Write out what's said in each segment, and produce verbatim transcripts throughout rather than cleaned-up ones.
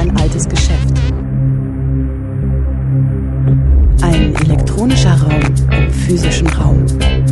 ein altes Geschäft. Ein elektronischer Raum im physischen Raum.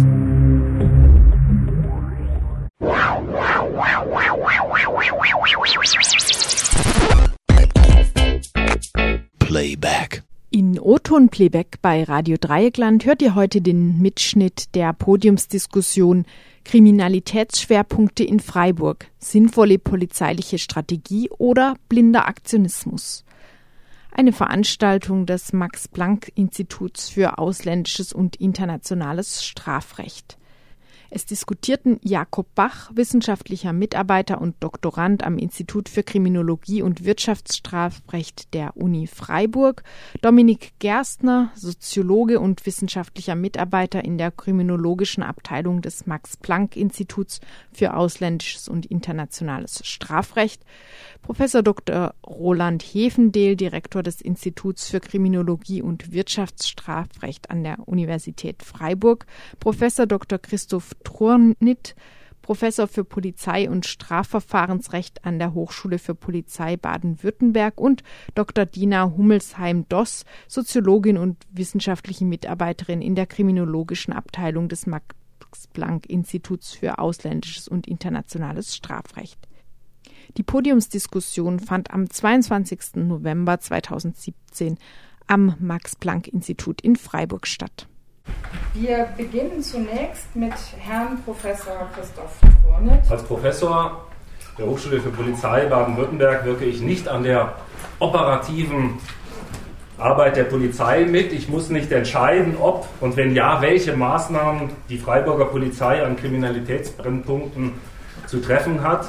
Playback. In O-Ton-Playback bei Radio Dreieckland hört ihr heute den Mitschnitt der Podiumsdiskussion Kriminalitätsschwerpunkte in Freiburg, sinnvolle polizeiliche Strategie oder blinder Aktionismus. Eine Veranstaltung des Max-Planck-Instituts für ausländisches und internationales Strafrecht. Es diskutierten Jakob Bach, wissenschaftlicher Mitarbeiter und Doktorand am Institut für Kriminologie und Wirtschaftsstrafrecht der Uni Freiburg, Dominik Gerstner, Soziologe und wissenschaftlicher Mitarbeiter in der kriminologischen Abteilung des Max-Planck-Instituts für ausländisches und internationales Strafrecht, Professor Doktor Roland Hefendehl, Direktor des Instituts für Kriminologie und Wirtschaftsstrafrecht an der Universität Freiburg, Professor Doktor Christoph Trurnit, Professor für Polizei- und Strafverfahrensrecht an der Hochschule für Polizei Baden-Württemberg und Doktor Dina Hummelsheim-Doss, Soziologin und wissenschaftliche Mitarbeiterin in der kriminologischen Abteilung des Max-Planck-Instituts für ausländisches und internationales Strafrecht. Die Podiumsdiskussion fand am zweiundzwanzigsten November zweitausendsiebzehn am Max-Planck-Institut in Freiburg statt. Wir beginnen zunächst mit Herrn Professor Christoph Trurnit. Als Professor der Hochschule für Polizei Baden-Württemberg wirke ich nicht an der operativen Arbeit der Polizei mit. Ich muss nicht entscheiden, ob und wenn ja, welche Maßnahmen die Freiburger Polizei an Kriminalitätsbrennpunkten zu treffen hat.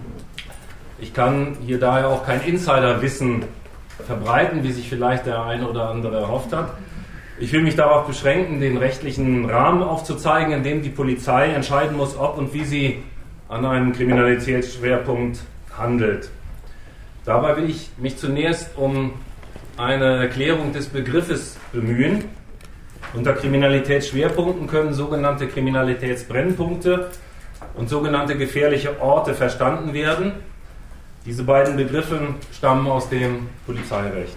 Ich kann hier daher auch kein Insiderwissen verbreiten, wie sich vielleicht der eine oder andere erhofft hat. Ich will mich darauf beschränken, den rechtlichen Rahmen aufzuzeigen, in dem die Polizei entscheiden muss, ob und wie sie an einem Kriminalitätsschwerpunkt handelt. Dabei will ich mich zunächst um eine Erklärung des Begriffes bemühen. Unter Kriminalitätsschwerpunkten können sogenannte Kriminalitätsbrennpunkte und sogenannte gefährliche Orte verstanden werden. Diese beiden Begriffe stammen aus dem Polizeirecht.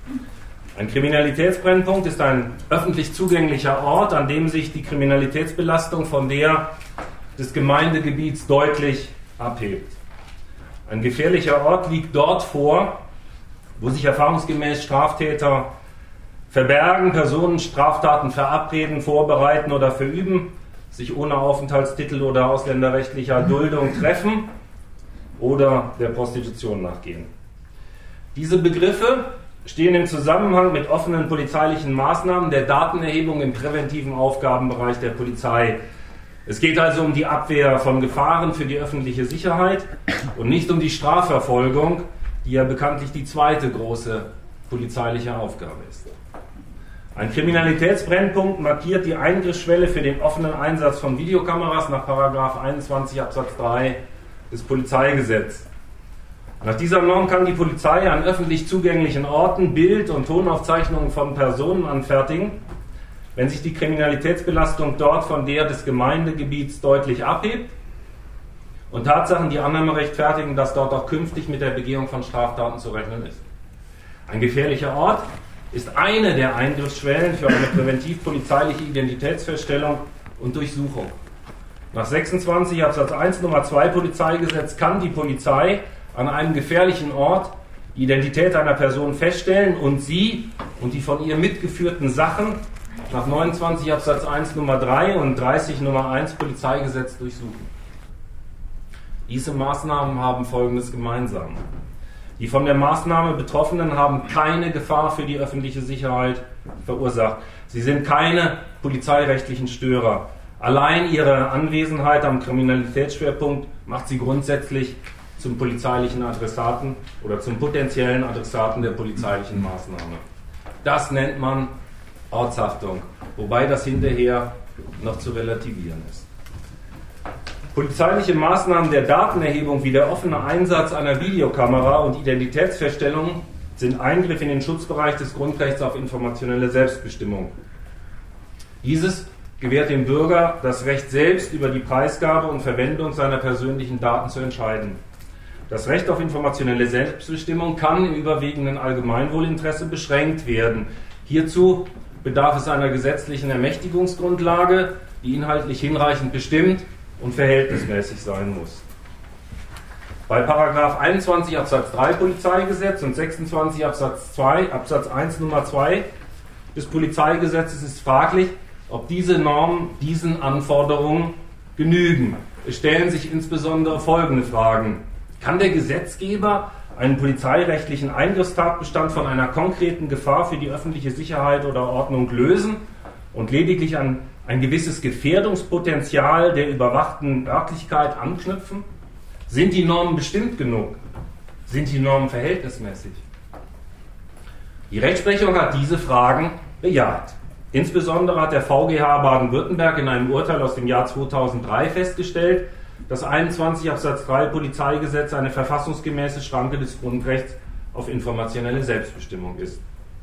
Ein Kriminalitätsbrennpunkt ist ein öffentlich zugänglicher Ort, an dem sich die Kriminalitätsbelastung von der des Gemeindegebiets deutlich abhebt. Ein gefährlicher Ort liegt dort vor, wo sich erfahrungsgemäß Straftäter verbergen, Personen Straftaten verabreden, vorbereiten oder verüben, sich ohne Aufenthaltstitel oder ausländerrechtlicher Duldung treffen oder der Prostitution nachgehen. Diese Begriffe stehen im Zusammenhang mit offenen polizeilichen Maßnahmen der Datenerhebung im präventiven Aufgabenbereich der Polizei. Es geht also um die Abwehr von Gefahren für die öffentliche Sicherheit und nicht um die Strafverfolgung, die ja bekanntlich die zweite große polizeiliche Aufgabe ist. Ein Kriminalitätsbrennpunkt markiert die Eingriffsschwelle für den offenen Einsatz von Videokameras nach Paragraph einundzwanzig Absatz drei des Polizeigesetzes. Nach dieser Norm kann die Polizei an öffentlich zugänglichen Orten Bild- und Tonaufzeichnungen von Personen anfertigen, wenn sich die Kriminalitätsbelastung dort von der des Gemeindegebiets deutlich abhebt und Tatsachen die Annahme rechtfertigen, dass dort auch künftig mit der Begehung von Straftaten zu rechnen ist. Ein gefährlicher Ort ist eine der Eingriffsschwellen für eine präventiv-polizeiliche Identitätsfeststellung und Durchsuchung. Nach sechsundzwanzig Absatz eins Nummer zwei Polizeigesetz kann die Polizei an einem gefährlichen Ort die Identität einer Person feststellen und sie und die von ihr mitgeführten Sachen nach neunundzwanzig Absatz eins Nummer drei und dreißig Nummer eins Polizeigesetz durchsuchen. Diese Maßnahmen haben Folgendes gemeinsam. Die von der Maßnahme Betroffenen haben keine Gefahr für die öffentliche Sicherheit verursacht. Sie sind keine polizeirechtlichen Störer. Allein ihre Anwesenheit am Kriminalitätsschwerpunkt macht sie grundsätzlich zum polizeilichen Adressaten oder zum potenziellen Adressaten der polizeilichen Maßnahme. Das nennt man Ortshaftung, wobei das hinterher noch zu relativieren ist. Polizeiliche Maßnahmen der Datenerhebung wie der offene Einsatz einer Videokamera und Identitätsfeststellung sind Eingriff in den Schutzbereich des Grundrechts auf informationelle Selbstbestimmung. Dieses gewährt dem Bürger das Recht, selbst über die Preisgabe und Verwendung seiner persönlichen Daten zu entscheiden. Das Recht auf informationelle Selbstbestimmung kann im überwiegenden Allgemeinwohlinteresse beschränkt werden. Hierzu bedarf es einer gesetzlichen Ermächtigungsgrundlage, die inhaltlich hinreichend bestimmt und verhältnismäßig sein muss. Bei Paragraph einundzwanzig Absatz drei Polizeigesetz und sechsundzwanzig Absatz zwei, Absatz eins Nummer zwei des Polizeigesetzes ist fraglich, ob diese Normen diesen Anforderungen genügen. Es stellen sich insbesondere folgende Fragen. Kann der Gesetzgeber einen polizeirechtlichen Eingriffstatbestand von einer konkreten Gefahr für die öffentliche Sicherheit oder Ordnung lösen und lediglich an ein gewisses Gefährdungspotenzial der überwachten Örtlichkeit anknüpfen? Sind die Normen bestimmt genug? Sind die Normen verhältnismäßig? Die Rechtsprechung hat diese Fragen bejaht. Insbesondere hat der V G H Baden-Württemberg in einem Urteil aus dem Jahr zweitausenddrei festgestellt, dass einundzwanzig Absatz drei Polizeigesetz eine verfassungsgemäße Schranke des Grundrechts auf informationelle Selbstbestimmung ist.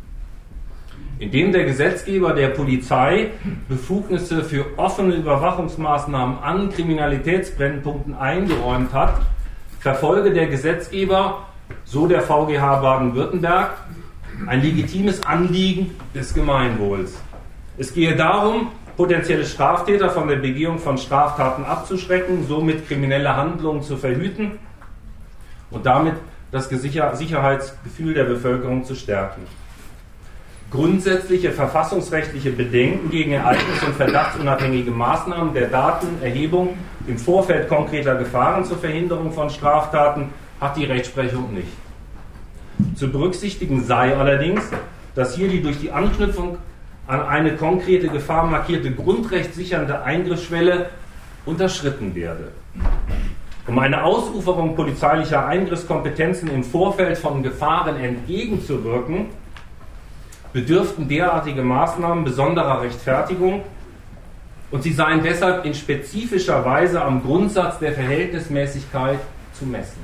Indem der Gesetzgeber der Polizei Befugnisse für offene Überwachungsmaßnahmen an Kriminalitätsbrennpunkten eingeräumt hat, verfolge der Gesetzgeber, so der V G H Baden-Württemberg, ein legitimes Anliegen des Gemeinwohls. Es gehe darum, potenzielle Straftäter von der Begehung von Straftaten abzuschrecken, somit kriminelle Handlungen zu verhüten und damit das Sicherheitsgefühl der Bevölkerung zu stärken. Grundsätzliche verfassungsrechtliche Bedenken gegen ereignis- und verdachtsunabhängige Maßnahmen der Datenerhebung im Vorfeld konkreter Gefahren zur Verhinderung von Straftaten hat die Rechtsprechung nicht. Zu berücksichtigen sei allerdings, dass hier die durch die Anknüpfung an eine konkrete Gefahr markierte grundrechtssichernde Eingriffsschwelle unterschritten werde. Um eine Ausuferung polizeilicher Eingriffskompetenzen im Vorfeld von Gefahren entgegenzuwirken, bedürften derartige Maßnahmen besonderer Rechtfertigung und sie seien deshalb in spezifischer Weise am Grundsatz der Verhältnismäßigkeit zu messen.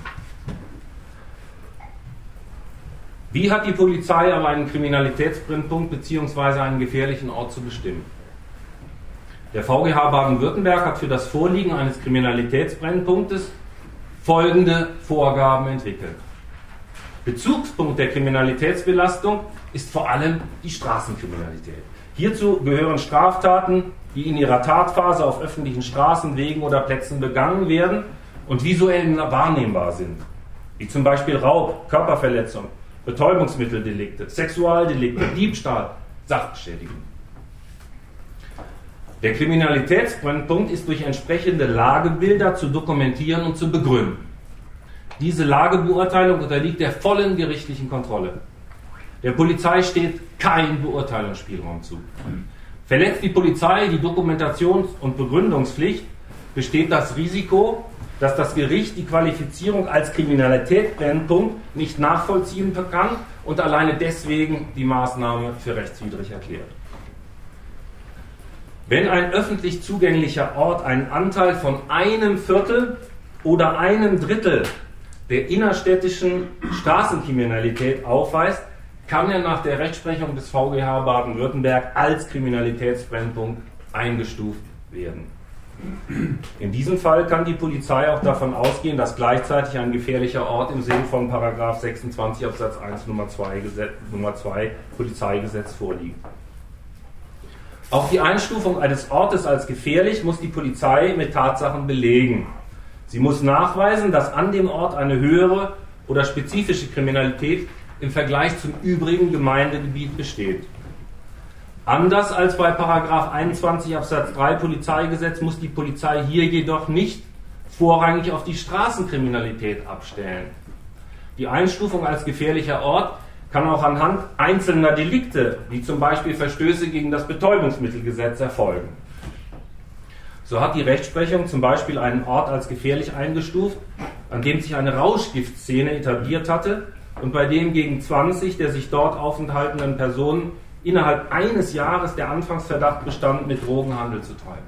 Wie hat die Polizei aber einen Kriminalitätsbrennpunkt bzw. einen gefährlichen Ort zu bestimmen? Der V G H Baden-Württemberg hat für das Vorliegen eines Kriminalitätsbrennpunktes folgende Vorgaben entwickelt. Bezugspunkt der Kriminalitätsbelastung ist vor allem die Straßenkriminalität. Hierzu gehören Straftaten, die in ihrer Tatphase auf öffentlichen Straßen, Wegen oder Plätzen begangen werden und visuell wahrnehmbar sind, wie zum Beispiel Raub, Körperverletzung, Betäubungsmitteldelikte, Sexualdelikte, Diebstahl, Sachbeschädigung. Der Kriminalitätsbrennpunkt ist durch entsprechende Lagebilder zu dokumentieren und zu begründen. Diese Lagebeurteilung unterliegt der vollen gerichtlichen Kontrolle. Der Polizei steht kein Beurteilungsspielraum zu. Verletzt die Polizei die Dokumentations- und Begründungspflicht, besteht das Risiko, dass das Gericht die Qualifizierung als Kriminalitätsbrennpunkt nicht nachvollziehen kann und alleine deswegen die Maßnahme für rechtswidrig erklärt. Wenn ein öffentlich zugänglicher Ort einen Anteil von einem Viertel oder einem Drittel der innerstädtischen Straßenkriminalität aufweist, kann er nach der Rechtsprechung des V G H Baden-Württemberg als Kriminalitätsbrennpunkt eingestuft werden. In diesem Fall kann die Polizei auch davon ausgehen, dass gleichzeitig ein gefährlicher Ort im Sinne von Paragraph sechsundzwanzig Absatz eins Nummer zwei, Gesetz, Nummer zwei Polizeigesetz vorliegt. Auch die Einstufung eines Ortes als gefährlich muss die Polizei mit Tatsachen belegen. Sie muss nachweisen, dass an dem Ort eine höhere oder spezifische Kriminalität im Vergleich zum übrigen Gemeindegebiet besteht. Anders als bei Paragraph einundzwanzig Absatz drei Polizeigesetz muss die Polizei hier jedoch nicht vorrangig auf die Straßenkriminalität abstellen. Die Einstufung als gefährlicher Ort kann auch anhand einzelner Delikte, wie zum Beispiel Verstöße gegen das Betäubungsmittelgesetz, erfolgen. So hat die Rechtsprechung zum Beispiel einen Ort als gefährlich eingestuft, an dem sich eine Rauschgiftszene etabliert hatte und bei dem gegen zwanzig der sich dort aufenthaltenden Personen innerhalb eines Jahres der Anfangsverdacht bestand, mit Drogenhandel zu treiben.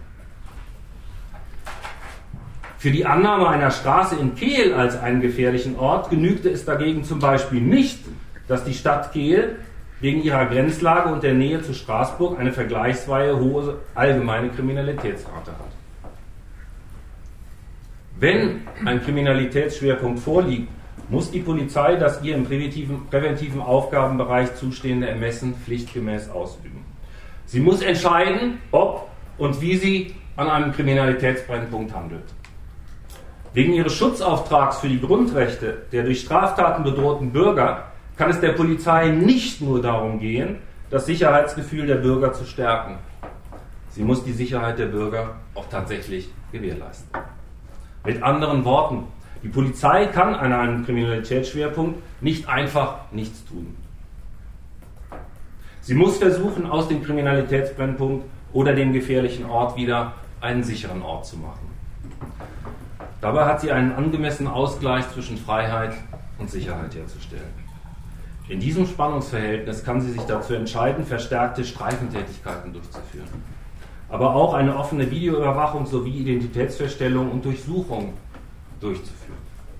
Für die Annahme einer Straße in Kehl als einen gefährlichen Ort genügte es dagegen zum Beispiel nicht, dass die Stadt Kehl wegen ihrer Grenzlage und der Nähe zu Straßburg eine vergleichsweise hohe allgemeine Kriminalitätsrate hat. Wenn ein Kriminalitätsschwerpunkt vorliegt, muss die Polizei das ihr im präventiven, präventiven Aufgabenbereich zustehende Ermessen pflichtgemäß ausüben. Sie muss entscheiden, ob und wie sie an einem Kriminalitätsbrennpunkt handelt. Wegen ihres Schutzauftrags für die Grundrechte der durch Straftaten bedrohten Bürger kann es der Polizei nicht nur darum gehen, das Sicherheitsgefühl der Bürger zu stärken. Sie muss die Sicherheit der Bürger auch tatsächlich gewährleisten. Mit anderen Worten, die Polizei kann an einem Kriminalitätsschwerpunkt nicht einfach nichts tun. Sie muss versuchen, aus dem Kriminalitätsbrennpunkt oder dem gefährlichen Ort wieder einen sicheren Ort zu machen. Dabei hat sie einen angemessenen Ausgleich zwischen Freiheit und Sicherheit herzustellen. In diesem Spannungsverhältnis kann sie sich dazu entscheiden, verstärkte Streifentätigkeiten durchzuführen, aber auch eine offene Videoüberwachung sowie Identitätsfeststellung und Durchsuchung durchzuführen.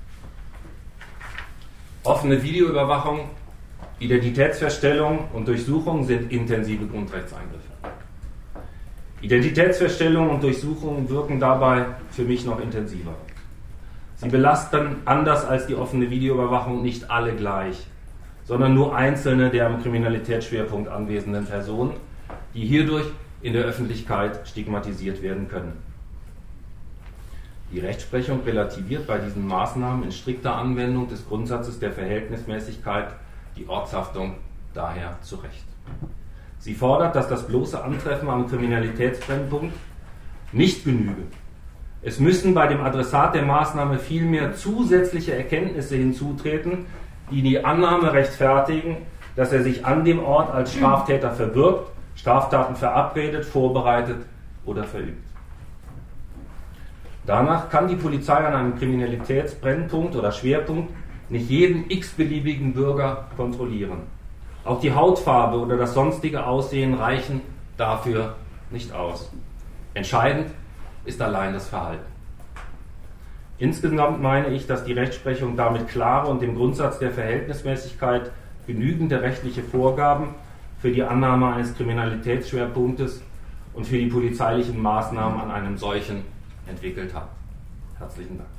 Offene Videoüberwachung, Identitätsfeststellung und Durchsuchung sind intensive Grundrechtseingriffe. Identitätsfeststellung und Durchsuchung wirken dabei für mich noch intensiver. Sie belasten anders als die offene Videoüberwachung nicht alle gleich, sondern nur einzelne der am Kriminalitätsschwerpunkt anwesenden Personen, die hierdurch in der Öffentlichkeit stigmatisiert werden können. Die Rechtsprechung relativiert bei diesen Maßnahmen in strikter Anwendung des Grundsatzes der Verhältnismäßigkeit die Ortshaftung daher zu Recht. Sie fordert, dass das bloße Antreffen am Kriminalitätsbrennpunkt nicht genüge. Es müssen bei dem Adressat der Maßnahme vielmehr zusätzliche Erkenntnisse hinzutreten, die die Annahme rechtfertigen, dass er sich an dem Ort als Straftäter verbirgt, Straftaten verabredet, vorbereitet oder verübt. Danach kann die Polizei an einem Kriminalitätsbrennpunkt oder Schwerpunkt nicht jeden x-beliebigen Bürger kontrollieren. Auch die Hautfarbe oder das sonstige Aussehen reichen dafür nicht aus. Entscheidend ist allein das Verhalten. Insgesamt meine ich, dass die Rechtsprechung damit klare und dem Grundsatz der Verhältnismäßigkeit genügende rechtliche Vorgaben für die Annahme eines Kriminalitätsschwerpunktes und für die polizeilichen Maßnahmen an einem solchen entwickelt hat. Herzlichen Dank.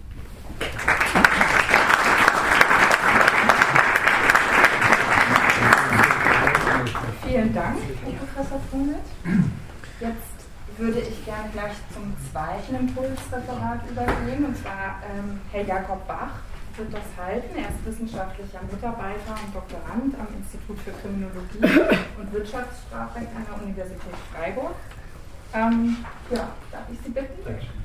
Vielen Dank, Herr Professor Prunert. Jetzt würde ich gerne gleich zum zweiten Impulsreferat übergehen, und zwar ähm, Herr Jakob Bach wird das halten. Er ist wissenschaftlicher Mitarbeiter und Doktorand am Institut für Kriminologie und Wirtschaftsstrafrecht an der Universität Freiburg. Ähm, ja, darf ich Sie bitten? Dankeschön.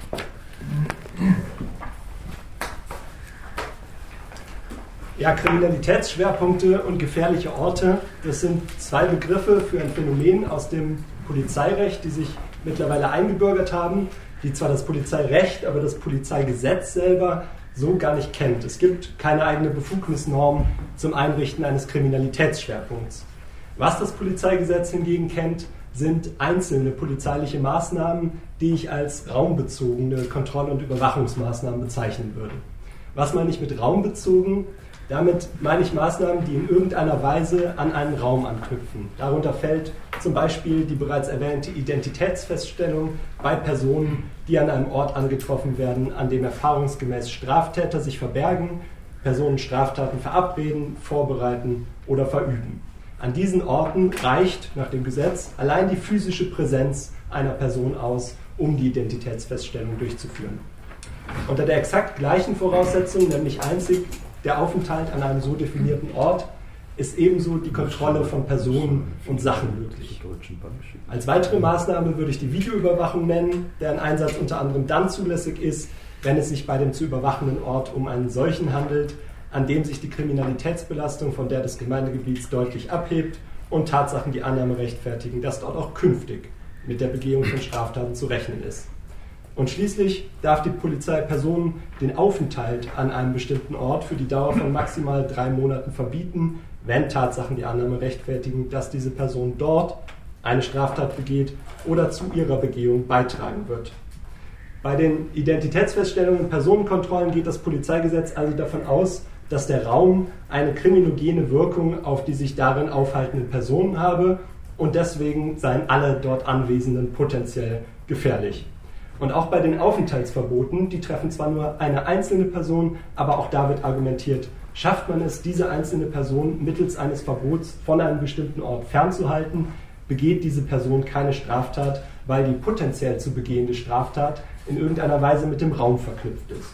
Ja, Kriminalitätsschwerpunkte und gefährliche Orte, das sind zwei Begriffe für ein Phänomen aus dem Polizeirecht, die sich mittlerweile eingebürgert haben, die zwar das Polizeirecht, aber das Polizeigesetz selber so gar nicht kennt. Es gibt keine eigene Befugnisnorm zum Einrichten eines Kriminalitätsschwerpunkts. Was das Polizeigesetz hingegen kennt, sind einzelne polizeiliche Maßnahmen, die ich als raumbezogene Kontroll- und Überwachungsmaßnahmen bezeichnen würde. Was meine ich mit raumbezogen? Damit meine ich Maßnahmen, die in irgendeiner Weise an einen Raum anknüpfen. Darunter fällt zum Beispiel die bereits erwähnte Identitätsfeststellung bei Personen, die an einem Ort angetroffen werden, an dem erfahrungsgemäß Straftäter sich verbergen, Personen Straftaten verabreden, vorbereiten oder verüben. An diesen Orten reicht nach dem Gesetz allein die physische Präsenz einer Person aus, um die Identitätsfeststellung durchzuführen. Unter der exakt gleichen Voraussetzung, nämlich einzig der Aufenthalt an einem so definierten Ort, ist ebenso die Kontrolle von Personen und Sachen möglich. Als weitere Maßnahme würde ich die Videoüberwachung nennen, deren Einsatz unter anderem dann zulässig ist, wenn es sich bei dem zu überwachenden Ort um einen solchen handelt, an dem sich die Kriminalitätsbelastung von der des Gemeindegebiets deutlich abhebt und Tatsachen die Annahme rechtfertigen, dass dort auch künftig mit der Begehung von Straftaten zu rechnen ist. Und schließlich darf die Polizei Personen den Aufenthalt an einem bestimmten Ort für die Dauer von maximal drei Monaten verbieten, wenn Tatsachen die Annahme rechtfertigen, dass diese Person dort eine Straftat begeht oder zu ihrer Begehung beitragen wird. Bei den Identitätsfeststellungen und Personenkontrollen geht das Polizeigesetz also davon aus, dass der Raum eine kriminogene Wirkung auf die sich darin aufhaltenden Personen habe und deswegen seien alle dort Anwesenden potenziell gefährlich. Und auch bei den Aufenthaltsverboten, die treffen zwar nur eine einzelne Person, aber auch da wird argumentiert, schafft man es, diese einzelne Person mittels eines Verbots von einem bestimmten Ort fernzuhalten, begeht diese Person keine Straftat, weil die potenziell zu begehende Straftat in irgendeiner Weise mit dem Raum verknüpft ist.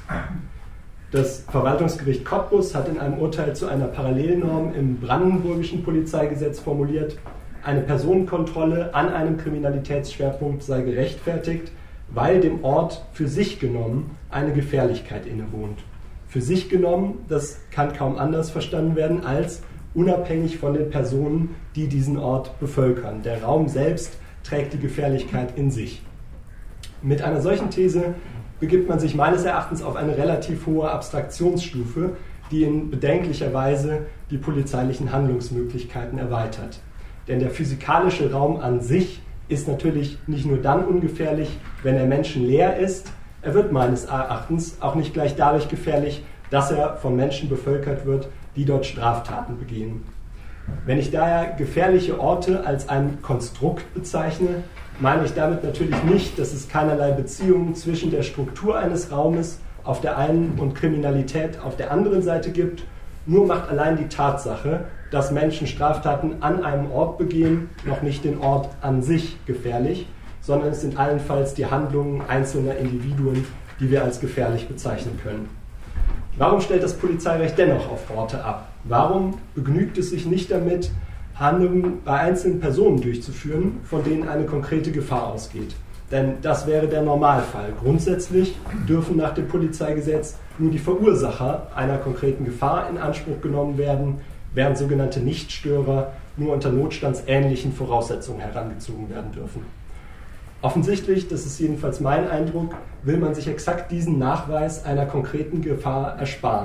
Das Verwaltungsgericht Cottbus hat in einem Urteil zu einer Parallelnorm im brandenburgischen Polizeigesetz formuliert, eine Personenkontrolle an einem Kriminalitätsschwerpunkt sei gerechtfertigt, weil dem Ort für sich genommen eine Gefährlichkeit innewohnt. Für sich genommen, das kann kaum anders verstanden werden als unabhängig von den Personen, die diesen Ort bevölkern. Der Raum selbst trägt die Gefährlichkeit in sich. Mit einer solchen These begibt man sich meines Erachtens auf eine relativ hohe Abstraktionsstufe, die in bedenklicher Weise die polizeilichen Handlungsmöglichkeiten erweitert. Denn der physikalische Raum an sich ist natürlich nicht nur dann ungefährlich, wenn er menschenleer ist, er wird meines Erachtens auch nicht gleich dadurch gefährlich, dass er von Menschen bevölkert wird, die dort Straftaten begehen. Wenn ich daher gefährliche Orte als ein Konstrukt bezeichne, meine ich damit natürlich nicht, dass es keinerlei Beziehungen zwischen der Struktur eines Raumes auf der einen und Kriminalität auf der anderen Seite gibt. Nur macht allein die Tatsache, dass Menschen Straftaten an einem Ort begehen, noch nicht den Ort an sich gefährlich, sondern es sind allenfalls die Handlungen einzelner Individuen, die wir als gefährlich bezeichnen können. Warum stellt das Polizeirecht dennoch auf Orte ab? Warum begnügt es sich nicht damit, Handlungen bei einzelnen Personen durchzuführen, von denen eine konkrete Gefahr ausgeht? Denn das wäre der Normalfall. Grundsätzlich dürfen nach dem Polizeigesetz nur die Verursacher einer konkreten Gefahr in Anspruch genommen werden, während sogenannte Nichtstörer nur unter notstandsähnlichen Voraussetzungen herangezogen werden dürfen. Offensichtlich, das ist jedenfalls mein Eindruck, will man sich exakt diesen Nachweis einer konkreten Gefahr ersparen.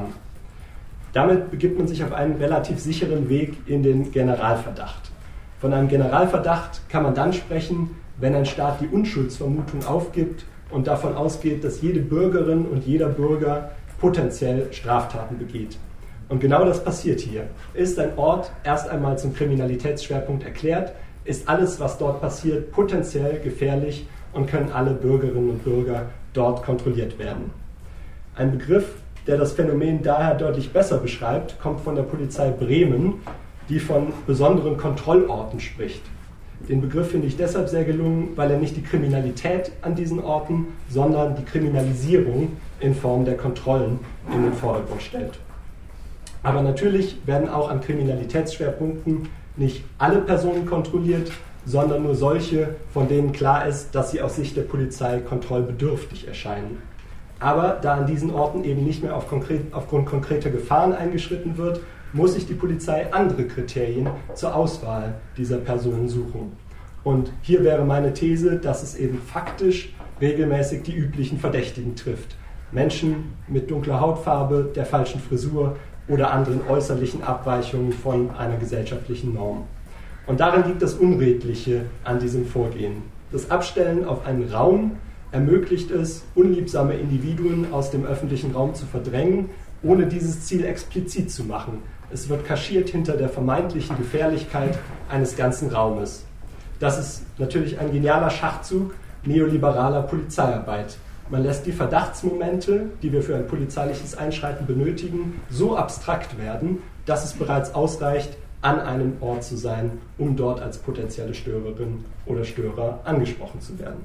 Damit begibt man sich auf einen relativ sicheren Weg in den Generalverdacht. Von einem Generalverdacht kann man dann sprechen, wenn ein Staat die Unschuldsvermutung aufgibt und davon ausgeht, dass jede Bürgerin und jeder Bürger potenziell Straftaten begeht. Und genau das passiert hier. Ist ein Ort erst einmal zum Kriminalitätsschwerpunkt erklärt, ist alles, was dort passiert, potenziell gefährlich und können alle Bürgerinnen und Bürger dort kontrolliert werden. Ein Begriff, der das Phänomen daher deutlich besser beschreibt, kommt von der Polizei Bremen, die von besonderen Kontrollorten spricht. Den Begriff finde ich deshalb sehr gelungen, weil er nicht die Kriminalität an diesen Orten, sondern die Kriminalisierung in Form der Kontrollen in den Vordergrund stellt. Aber natürlich werden auch an Kriminalitätsschwerpunkten nicht alle Personen kontrolliert, sondern nur solche, von denen klar ist, dass sie aus Sicht der Polizei kontrollbedürftig erscheinen. Aber da an diesen Orten eben nicht mehr auf konkret, aufgrund konkreter Gefahren eingeschritten wird, muss sich die Polizei andere Kriterien zur Auswahl dieser Personen suchen. Und hier wäre meine These, dass es eben faktisch regelmäßig die üblichen Verdächtigen trifft. Menschen mit dunkler Hautfarbe, der falschen Frisur oder anderen äußerlichen Abweichungen von einer gesellschaftlichen Norm. Und darin liegt das Unredliche an diesem Vorgehen. Das Abstellen auf einen Raum ermöglicht es, unliebsame Individuen aus dem öffentlichen Raum zu verdrängen, ohne dieses Ziel explizit zu machen. Es wird kaschiert hinter der vermeintlichen Gefährlichkeit eines ganzen Raumes. Das ist natürlich ein genialer Schachzug neoliberaler Polizeiarbeit. Man lässt die Verdachtsmomente, die wir für ein polizeiliches Einschreiten benötigen, so abstrakt werden, dass es bereits ausreicht, an einem Ort zu sein, um dort als potenzielle Störerin oder Störer angesprochen zu werden.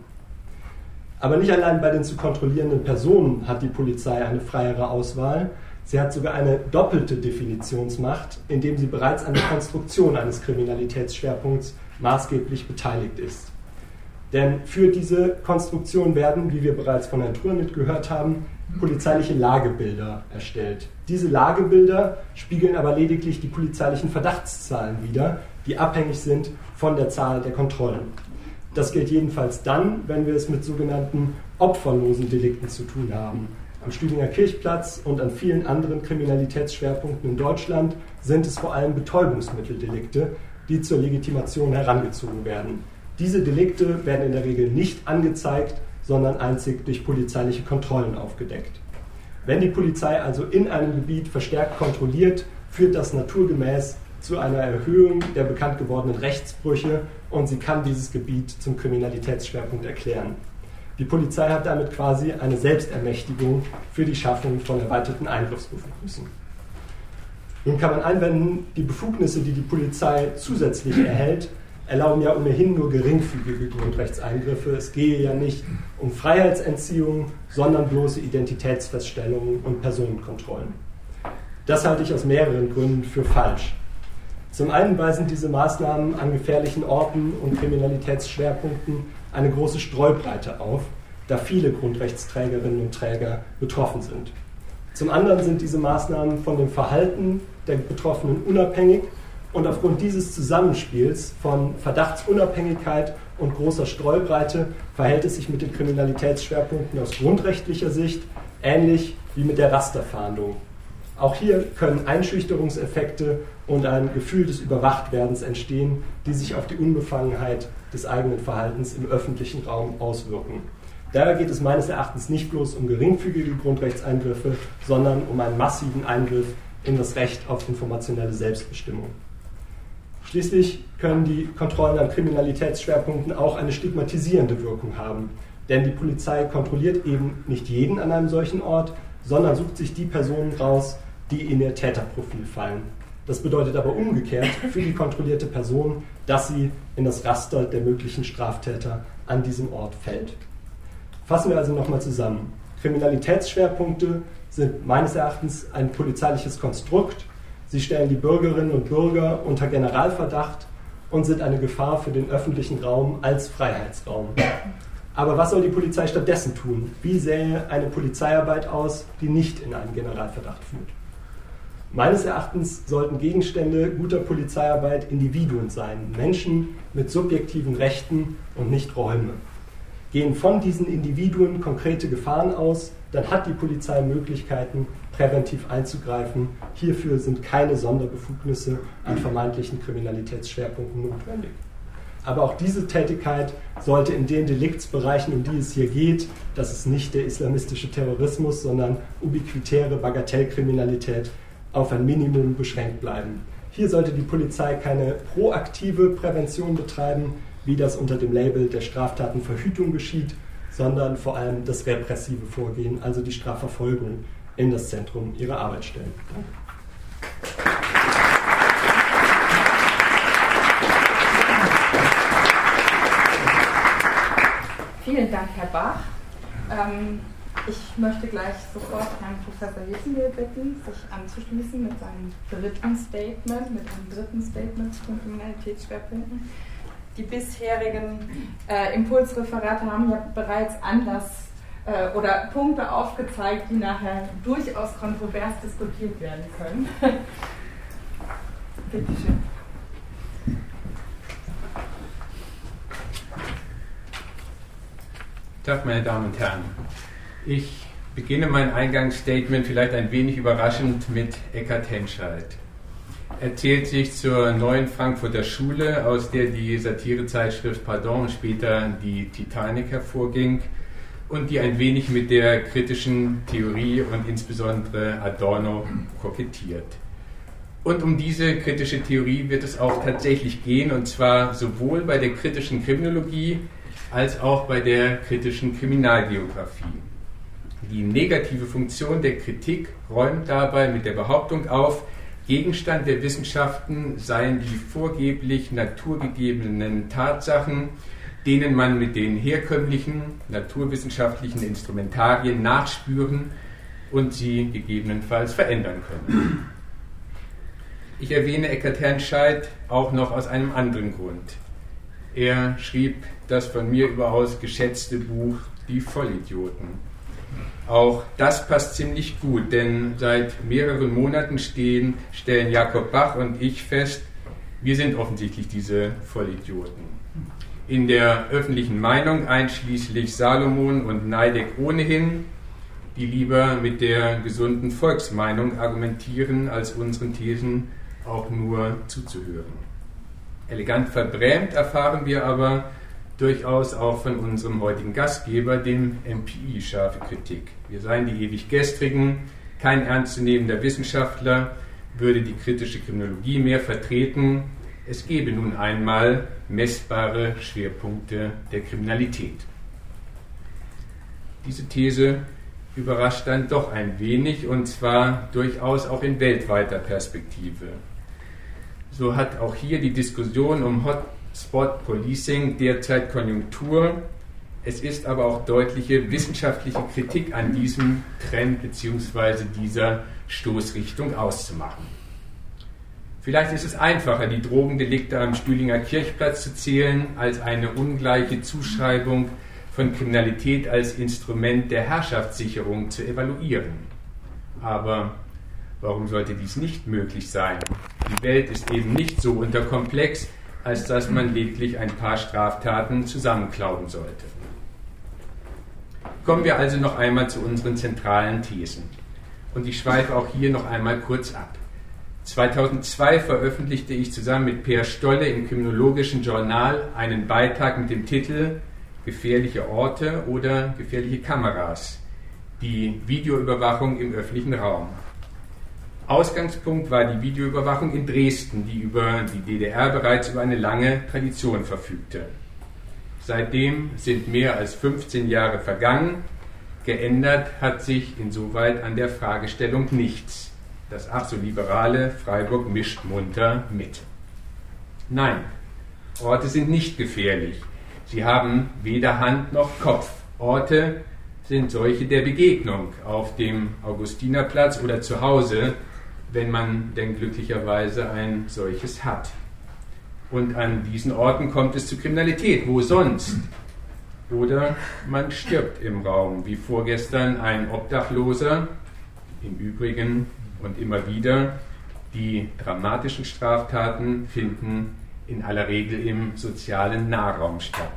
Aber nicht allein bei den zu kontrollierenden Personen hat die Polizei eine freiere Auswahl. Sie hat sogar eine doppelte Definitionsmacht, indem sie bereits an der Konstruktion eines Kriminalitätsschwerpunkts maßgeblich beteiligt ist. Denn für diese Konstruktion werden, wie wir bereits von Herrn Truernit gehört haben, polizeiliche Lagebilder erstellt. Diese Lagebilder spiegeln aber lediglich die polizeilichen Verdachtszahlen wider, die abhängig sind von der Zahl der Kontrollen. Das gilt jedenfalls dann, wenn wir es mit sogenannten opferlosen Delikten zu tun haben. Am Stühlinger Kirchplatz und an vielen anderen Kriminalitätsschwerpunkten in Deutschland sind es vor allem Betäubungsmitteldelikte, die zur Legitimation herangezogen werden. Diese Delikte werden in der Regel nicht angezeigt, sondern einzig durch polizeiliche Kontrollen aufgedeckt. Wenn die Polizei also in einem Gebiet verstärkt kontrolliert, führt das naturgemäß zu einer Erhöhung der bekannt gewordenen Rechtsbrüche und sie kann dieses Gebiet zum Kriminalitätsschwerpunkt erklären. Die Polizei hat damit quasi eine Selbstermächtigung für die Schaffung von erweiterten Eingriffsbefugnissen. Nun kann man einwenden, die Befugnisse, die die Polizei zusätzlich erhält, erlauben ja ohnehin nur geringfügige Grundrechtseingriffe. Es gehe ja nicht um Freiheitsentziehung, sondern bloße Identitätsfeststellungen und Personenkontrollen. Das halte ich aus mehreren Gründen für falsch. Zum einen weisen diese Maßnahmen an gefährlichen Orten und Kriminalitätsschwerpunkten eine große Streubreite auf, da viele Grundrechtsträgerinnen und Träger betroffen sind. Zum anderen sind diese Maßnahmen von dem Verhalten der Betroffenen unabhängig und aufgrund dieses Zusammenspiels von Verdachtsunabhängigkeit und großer Streubreite verhält es sich mit den Kriminalitätsschwerpunkten aus grundrechtlicher Sicht ähnlich wie mit der Rasterfahndung. Auch hier können Einschüchterungseffekte und ein Gefühl des Überwachtwerdens entstehen, die sich auf die Unbefangenheit des eigenen Verhaltens im öffentlichen Raum auswirken. Daher geht es meines Erachtens nicht bloß um geringfügige Grundrechtseingriffe, sondern um einen massiven Eingriff in das Recht auf informationelle Selbstbestimmung. Schließlich können die Kontrollen an Kriminalitätsschwerpunkten auch eine stigmatisierende Wirkung haben, denn die Polizei kontrolliert eben nicht jeden an einem solchen Ort, sondern sucht sich die Personen raus, die in ihr Täterprofil fallen. Das bedeutet aber umgekehrt für die kontrollierte Person, dass sie in das Raster der möglichen Straftäter an diesem Ort fällt. Fassen wir also nochmal zusammen. Kriminalitätsschwerpunkte sind meines Erachtens ein polizeiliches Konstrukt. Sie stellen die Bürgerinnen und Bürger unter Generalverdacht und sind eine Gefahr für den öffentlichen Raum als Freiheitsraum. Aber was soll die Polizei stattdessen tun? Wie sähe eine Polizeiarbeit aus, die nicht in einen Generalverdacht führt? Meines Erachtens sollten Gegenstände guter Polizeiarbeit Individuen sein, Menschen mit subjektiven Rechten und nicht Räume. Gehen von diesen Individuen konkrete Gefahren aus, dann hat die Polizei Möglichkeiten, präventiv einzugreifen. Hierfür sind keine Sonderbefugnisse an vermeintlichen Kriminalitätsschwerpunkten notwendig. Aber auch diese Tätigkeit sollte in den Deliktsbereichen, um die es hier geht, das ist nicht der islamistische Terrorismus, sondern ubiquitäre Bagatellkriminalität, auf ein Minimum beschränkt bleiben. Hier sollte die Polizei keine proaktive Prävention betreiben, wie das unter dem Label der Straftatenverhütung geschieht, sondern vor allem das repressive Vorgehen, also die Strafverfolgung, in das Zentrum ihrer Arbeit stellen. Danke. Vielen Dank, Herr Bach. Ähm, ich möchte gleich sofort Herrn Professor Jesenbiel bitten, sich anzuschließen mit seinem dritten Statement, mit einem dritten Statement zu Kriminalitätsschwerpunkten. Die bisherigen äh, Impulsreferate haben ja bereits Anlass äh, oder Punkte aufgezeigt, die nachher durchaus kontrovers diskutiert werden können. Bitte schön. Tag, meine Damen und Herren. Ich beginne mein Eingangsstatement vielleicht ein wenig überraschend mit Eckhard Henscheid. Er zählt sich zur neuen Frankfurter Schule, aus der die Satirezeitschrift Pardon, später die Titanic hervorging und die ein wenig mit der kritischen Theorie und insbesondere Adorno kokettiert. Und um diese kritische Theorie wird es auch tatsächlich gehen, und zwar sowohl bei der kritischen Kriminologie als auch bei der kritischen Kriminalgeografie. Die negative Funktion der Kritik räumt dabei mit der Behauptung auf, Gegenstand der Wissenschaften seien die vorgeblich naturgegebenen Tatsachen, denen man mit den herkömmlichen naturwissenschaftlichen Instrumentarien nachspüren und sie gegebenenfalls verändern können. Ich erwähne Eckhard Henscheid auch noch aus einem anderen Grund. Er schrieb das von mir überaus geschätzte Buch Die Vollidioten. Auch das passt ziemlich gut, denn seit mehreren Monaten stehen, stellen Jakob Bach und ich fest, wir sind offensichtlich diese Vollidioten. In der öffentlichen Meinung einschließlich Salomon und Neideck ohnehin, die lieber mit der gesunden Volksmeinung argumentieren, als unseren Thesen auch nur zuzuhören. Elegant verbrämt erfahren wir aber durchaus auch von unserem heutigen Gastgeber, dem M P I, scharfe Kritik. Wir seien die ewig Gestrigen, kein ernstzunehmender Wissenschaftler würde die kritische Kriminologie mehr vertreten. Es gebe nun einmal messbare Schwerpunkte der Kriminalität. Diese These überrascht dann doch ein wenig, und zwar durchaus auch in weltweiter Perspektive. So hat auch hier die Diskussion um Hotspot Policing derzeit Konjunktur. Es ist aber auch deutliche wissenschaftliche Kritik an diesem Trend bzw. dieser Stoßrichtung auszumachen. Vielleicht ist es einfacher, die Drogendelikte am Stühlinger Kirchplatz zu zählen, als eine ungleiche Zuschreibung von Kriminalität als Instrument der Herrschaftssicherung zu evaluieren. Aber warum sollte dies nicht möglich sein? Die Welt ist eben nicht so unterkomplex, als dass man lediglich ein paar Straftaten zusammenklauen sollte. Kommen wir also noch einmal zu unseren zentralen Thesen. Und ich schweife auch hier noch einmal kurz ab. zweitausendzwei veröffentlichte ich zusammen mit Peer Stolle im Kriminologischen Journal einen Beitrag mit dem Titel Gefährliche Orte oder gefährliche Kameras, die Videoüberwachung im öffentlichen Raum. Ausgangspunkt war die Videoüberwachung in Dresden, die über die D D R bereits über eine lange Tradition verfügte. Seitdem sind mehr als fünfzehn Jahre vergangen. Geändert hat sich insoweit an der Fragestellung nichts. Das ach so liberale Freiburg mischt munter mit. Nein, Orte sind nicht gefährlich. Sie haben weder Hand noch Kopf. Orte sind solche der Begegnung auf dem Augustinerplatz oder zu Hause, wenn man denn glücklicherweise ein solches hat. Und an diesen Orten kommt es zu Kriminalität. Wo sonst? Oder man stirbt im Raum, wie vorgestern ein Obdachloser. Im Übrigen und immer wieder, die dramatischen Straftaten finden in aller Regel im sozialen Nahraum statt.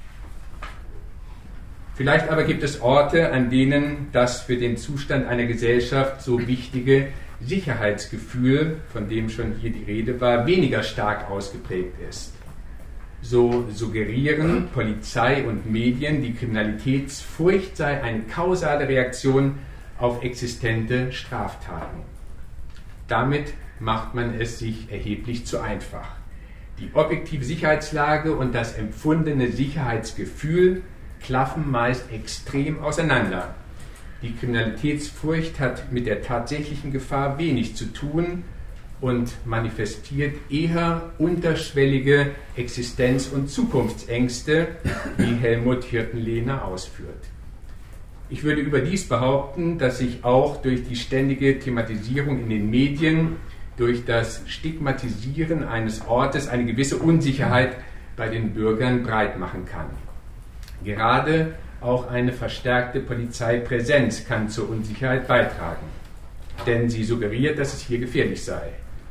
Vielleicht aber gibt es Orte, an denen das für den Zustand einer Gesellschaft so wichtige Sicherheitsgefühl, von dem schon hier die Rede war, weniger stark ausgeprägt ist. So suggerieren Polizei und Medien, die Kriminalitätsfurcht sei eine kausale Reaktion auf existente Straftaten. Damit macht man es sich erheblich zu einfach. Die objektive Sicherheitslage und das empfundene Sicherheitsgefühl klaffen meist extrem auseinander. Die Kriminalitätsfurcht hat mit der tatsächlichen Gefahr wenig zu tun und manifestiert eher unterschwellige Existenz- und Zukunftsängste, wie Helmut Hirtenlehner ausführt. Ich würde überdies behaupten, dass sich auch durch die ständige Thematisierung in den Medien, durch das Stigmatisieren eines Ortes eine gewisse Unsicherheit bei den Bürgern breit machen kann. Gerade auch eine verstärkte Polizeipräsenz kann zur Unsicherheit beitragen, denn sie suggeriert, dass es hier gefährlich sei.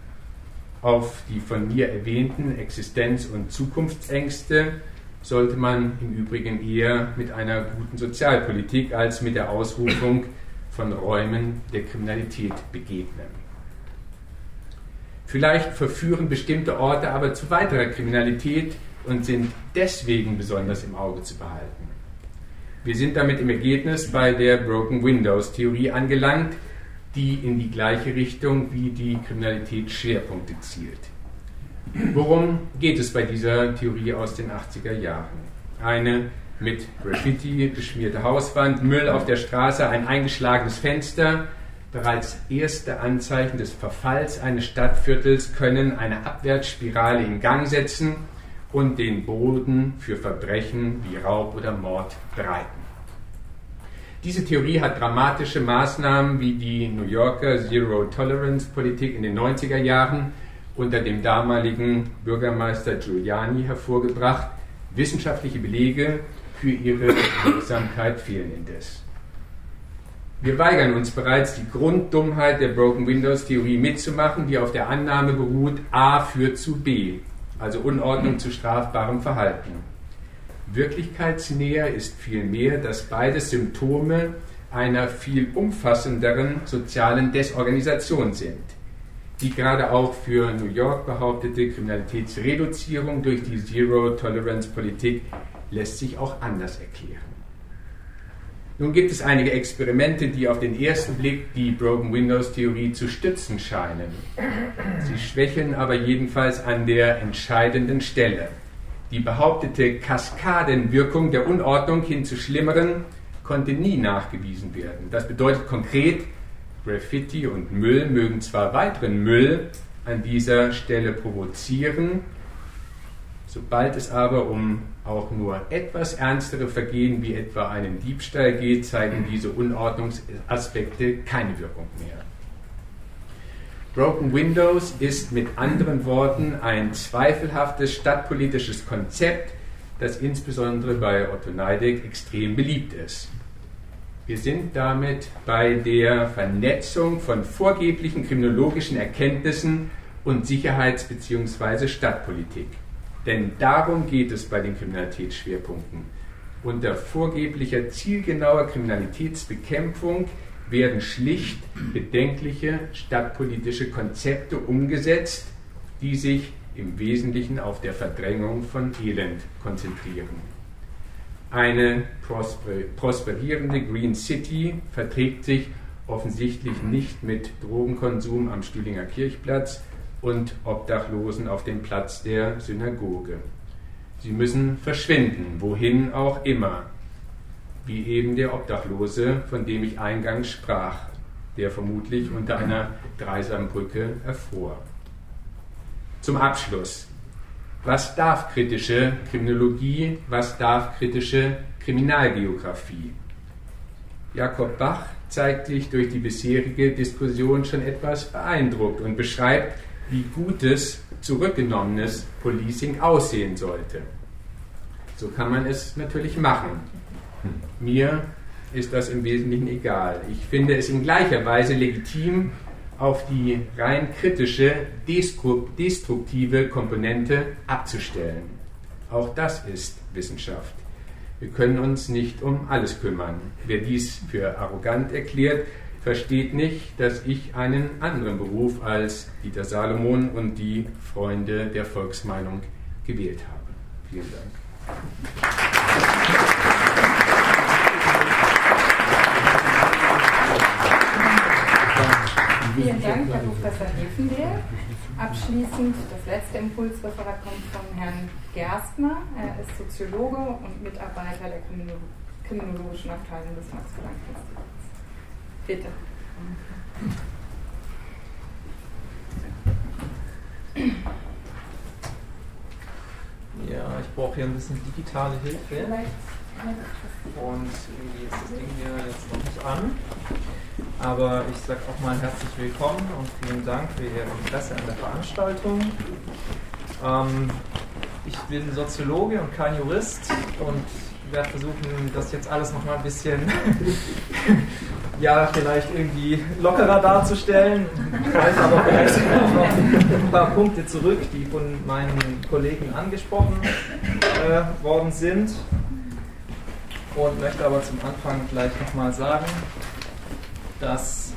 Auf die von mir erwähnten Existenz- und Zukunftsängste sollte man im Übrigen eher mit einer guten Sozialpolitik als mit der Ausrufung von Räumen der Kriminalität begegnen. Vielleicht verführen bestimmte Orte aber zu weiterer Kriminalität und sind deswegen besonders im Auge zu behalten. Wir sind damit im Ergebnis bei der Broken Windows Theorie angelangt, die in die gleiche Richtung wie die Kriminalitätsschwerpunkte zielt. Worum geht es bei dieser Theorie aus den achtziger Jahren? Eine mit Graffiti beschmierte Hauswand, Müll auf der Straße, ein eingeschlagenes Fenster. Bereits erste Anzeichen des Verfalls eines Stadtviertels können eine Abwärtsspirale in Gang setzen und den Boden für Verbrechen wie Raub oder Mord bereiten. Diese Theorie hat dramatische Maßnahmen wie die New Yorker Zero-Tolerance-Politik in den neunziger Jahren unter dem damaligen Bürgermeister Giuliani hervorgebracht. Wissenschaftliche Belege für ihre Wirksamkeit fehlen indes. Wir weigern uns bereits, die Grunddummheit der Broken Windows Theorie mitzumachen, die auf der Annahme beruht, A führt zu B, also Unordnung zu strafbarem Verhalten. Wirklichkeitsnäher ist vielmehr, dass beides Symptome einer viel umfassenderen sozialen Desorganisation sind. Die gerade auch für New York behauptete Kriminalitätsreduzierung durch die Zero-Tolerance-Politik lässt sich auch anders erklären. Nun gibt es einige Experimente, die auf den ersten Blick die Broken Windows Theorie zu stützen scheinen. Sie schwächeln aber jedenfalls an der entscheidenden Stelle. Die behauptete Kaskadenwirkung der Unordnung hin zu schlimmeren, konnte nie nachgewiesen werden. Das bedeutet konkret, Graffiti und Müll mögen zwar weiteren Müll an dieser Stelle provozieren, sobald es aber um auch nur etwas ernstere Vergehen wie etwa einen Diebstahl geht, zeigen diese Unordnungsaspekte keine Wirkung mehr. Broken Windows ist mit anderen Worten ein zweifelhaftes stadtpolitisches Konzept, das insbesondere bei Otto Neidig extrem beliebt ist. Wir sind damit bei der Vernetzung von vorgeblichen kriminologischen Erkenntnissen und Sicherheits- bzw. Stadtpolitik. Denn darum geht es bei den Kriminalitätsschwerpunkten. Unter vorgeblicher zielgenauer Kriminalitätsbekämpfung werden schlicht bedenkliche stadtpolitische Konzepte umgesetzt, die sich im Wesentlichen auf der Verdrängung von Elend konzentrieren. Eine prosper- prosperierende Green City verträgt sich offensichtlich nicht mit Drogenkonsum am Stühlinger Kirchplatz und Obdachlosen auf dem Platz der Synagoge. Sie müssen verschwinden, wohin auch immer, wie eben der Obdachlose, von dem ich eingangs sprach, der vermutlich unter einer Dreisambrücke erfror. Zum Abschluss. Was darf kritische Kriminologie, was darf kritische Kriminalgeografie? Jakob Bach zeigt sich durch die bisherige Diskussion schon etwas beeindruckt und beschreibt, wie gutes, zurückgenommenes Policing aussehen sollte. So kann man es natürlich machen. Mir ist das im Wesentlichen egal. Ich finde es in gleicher Weise legitim, auf die rein kritische, destruktive Komponente abzustellen. Auch das ist Wissenschaft. Wir können uns nicht um alles kümmern. Wer dies für arrogant erklärt, versteht nicht, dass ich einen anderen Beruf als Dieter Salomon und die Freunde der Volksmeinung gewählt habe. Vielen Dank. Vielen Dank, Herr Professor Hefenwehr. Abschließend das letzte Impulsreferat kommt von Herrn Gerstner. Er ist Soziologe und Mitarbeiter der Kriminologischen Abteilung des Max-Planck-Instituts. Bitte. Ja, ich brauche hier ein bisschen digitale Hilfe. Und irgendwie ist das Ding hier jetzt noch nicht an. Aber ich sage auch mal herzlich willkommen und vielen Dank für Ihr Interesse an der Veranstaltung. Ähm, ich bin Soziologe und kein Jurist und werde versuchen, das jetzt alles noch mal ein bisschen ja, vielleicht irgendwie lockerer darzustellen. Ich weiß aber vielleicht noch ein paar Punkte zurück, die von meinen Kollegen angesprochen äh, worden sind. Und möchte aber zum Anfang gleich nochmal sagen, dass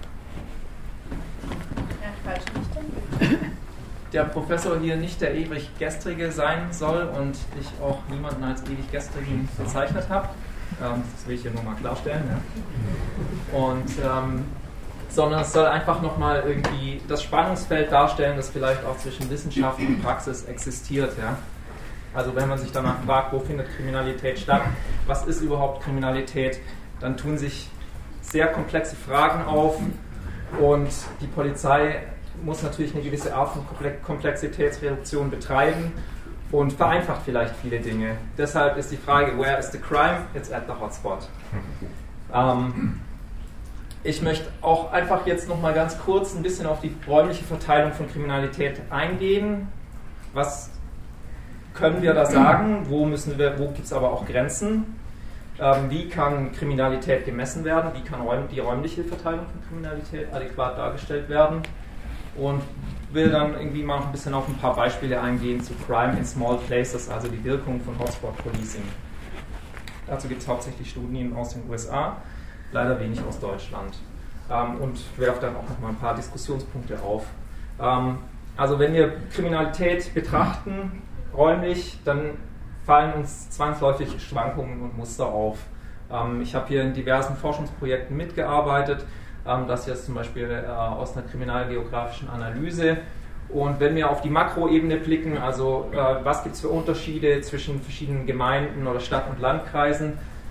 der Professor hier nicht der ewig Gestrige sein soll und ich auch niemanden als ewig Gestrigen bezeichnet habe. Ähm, das will ich hier nur mal klarstellen. Ja. Und, ähm, sondern es soll einfach nochmal irgendwie das Spannungsfeld darstellen, das vielleicht auch zwischen Wissenschaft und Praxis existiert. Ja. Also wenn man sich danach fragt, wo findet Kriminalität statt, was ist überhaupt Kriminalität, dann tun sich sehr komplexe Fragen auf und die Polizei muss natürlich eine gewisse Art von Komplexitätsreduktion betreiben und vereinfacht vielleicht viele Dinge. Deshalb ist die Frage, where is the crime? It's at the hotspot. Ähm, ich möchte auch einfach jetzt nochmal ganz kurz ein bisschen auf die räumliche Verteilung von Kriminalität eingehen. Was können wir da sagen? Wo müssen wir, wo gibt es aber auch Grenzen? Ähm, wie kann Kriminalität gemessen werden? Wie kann räum, die räumliche Verteilung von Kriminalität adäquat dargestellt werden? Und will dann irgendwie mal ein bisschen auf ein paar Beispiele eingehen zu Crime in Small Places, also die Wirkung von Hotspot Policing. Dazu gibt es hauptsächlich Studien aus den U S A, leider wenig aus Deutschland. Ähm, und werfe dann auch noch mal ein paar Diskussionspunkte auf. Ähm, also wenn wir Kriminalität betrachten, räumlich, dann fallen uns zwangsläufig Schwankungen und Muster auf. Ähm, ich habe hier in diversen Forschungsprojekten mitgearbeitet, ähm, das hier ist zum Beispiel äh, aus einer kriminalgeografischen Analyse. Und wenn wir auf die Makroebene blicken, also äh, was gibt es für Unterschiede zwischen verschiedenen Gemeinden oder Stadt- und Landkreisen,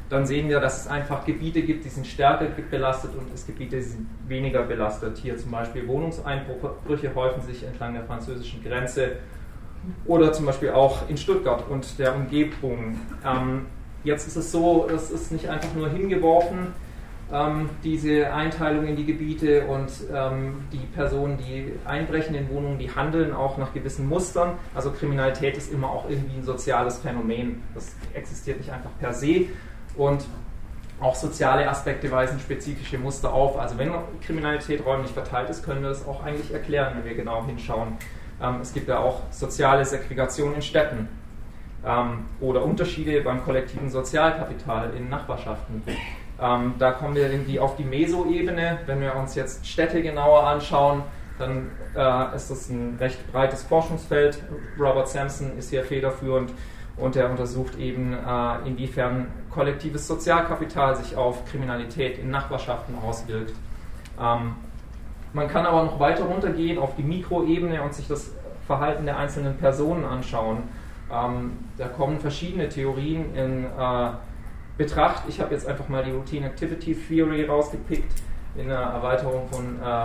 dann sehen wir, dass es einfach Gebiete gibt, die sind stärker belastet und es Gebiete, die sind weniger belastet. Hier zum Beispiel Wohnungseinbrüche häufen sich entlang der französischen Grenze oder zum Beispiel auch in Stuttgart und der Umgebung. Ähm, jetzt ist es so, es ist nicht einfach nur hingeworfen, ähm, diese Einteilung in die Gebiete und ähm, die Personen, die einbrechen in Wohnungen, die handeln auch nach gewissen Mustern. Also Kriminalität ist immer auch irgendwie ein soziales Phänomen. Das existiert nicht einfach per se. Und auch soziale Aspekte weisen spezifische Muster auf. Also wenn Kriminalität räumlich verteilt ist, können wir das auch eigentlich erklären, wenn wir genau hinschauen. Ähm, es gibt ja auch soziale Segregation in Städten ähm, oder Unterschiede beim kollektiven Sozialkapital in Nachbarschaften. Ähm, da kommen wir irgendwie auf die Meso-Ebene. Wenn wir uns jetzt Städte genauer anschauen, dann äh, ist das ein recht breites Forschungsfeld. Robert Sampson ist hier federführend. Und er untersucht eben, äh, inwiefern kollektives Sozialkapital sich auf Kriminalität in Nachbarschaften auswirkt. Ähm, man kann aber noch weiter runtergehen auf die Mikroebene und sich das Verhalten der einzelnen Personen anschauen. Ähm, da kommen verschiedene Theorien in äh, Betracht. Ich habe jetzt einfach mal die Routine Activity Theory rausgepickt in der Erweiterung von äh,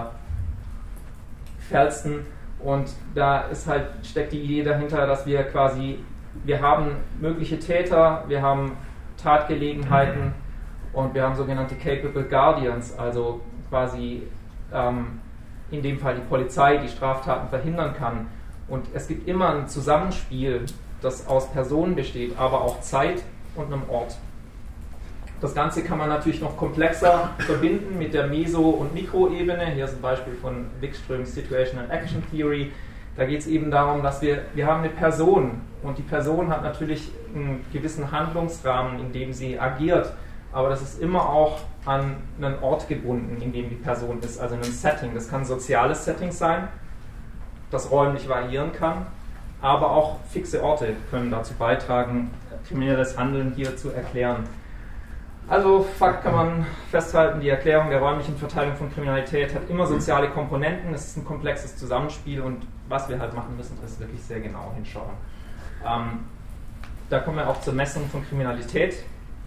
Falston. Und da ist halt, steckt die Idee dahinter, dass wir quasi Wir haben mögliche Täter, wir haben Tatgelegenheiten und wir haben sogenannte Capable Guardians, also quasi ähm, in dem Fall die Polizei, die Straftaten verhindern kann. Und es gibt immer ein Zusammenspiel, das aus Personen besteht, aber auch Zeit und einem Ort. Das Ganze kann man natürlich noch komplexer verbinden mit der Meso- und Mikroebene. Hier ist ein Beispiel von Wikströms Situational Action Theory. Da geht es eben darum, dass wir, wir haben eine Person und die Person hat natürlich einen gewissen Handlungsrahmen, in dem sie agiert, aber das ist immer auch an einen Ort gebunden, in dem die Person ist, also ein Setting. Das kann ein soziales Setting sein, das räumlich variieren kann, aber auch fixe Orte können dazu beitragen, kriminelles Handeln hier zu erklären. Also Fakt kann man festhalten, die Erklärung der räumlichen Verteilung von Kriminalität hat immer soziale Komponenten, es ist ein komplexes Zusammenspiel und was wir halt machen müssen, ist wirklich sehr genau hinschauen. Ähm, da kommen wir auch zur Messung von Kriminalität.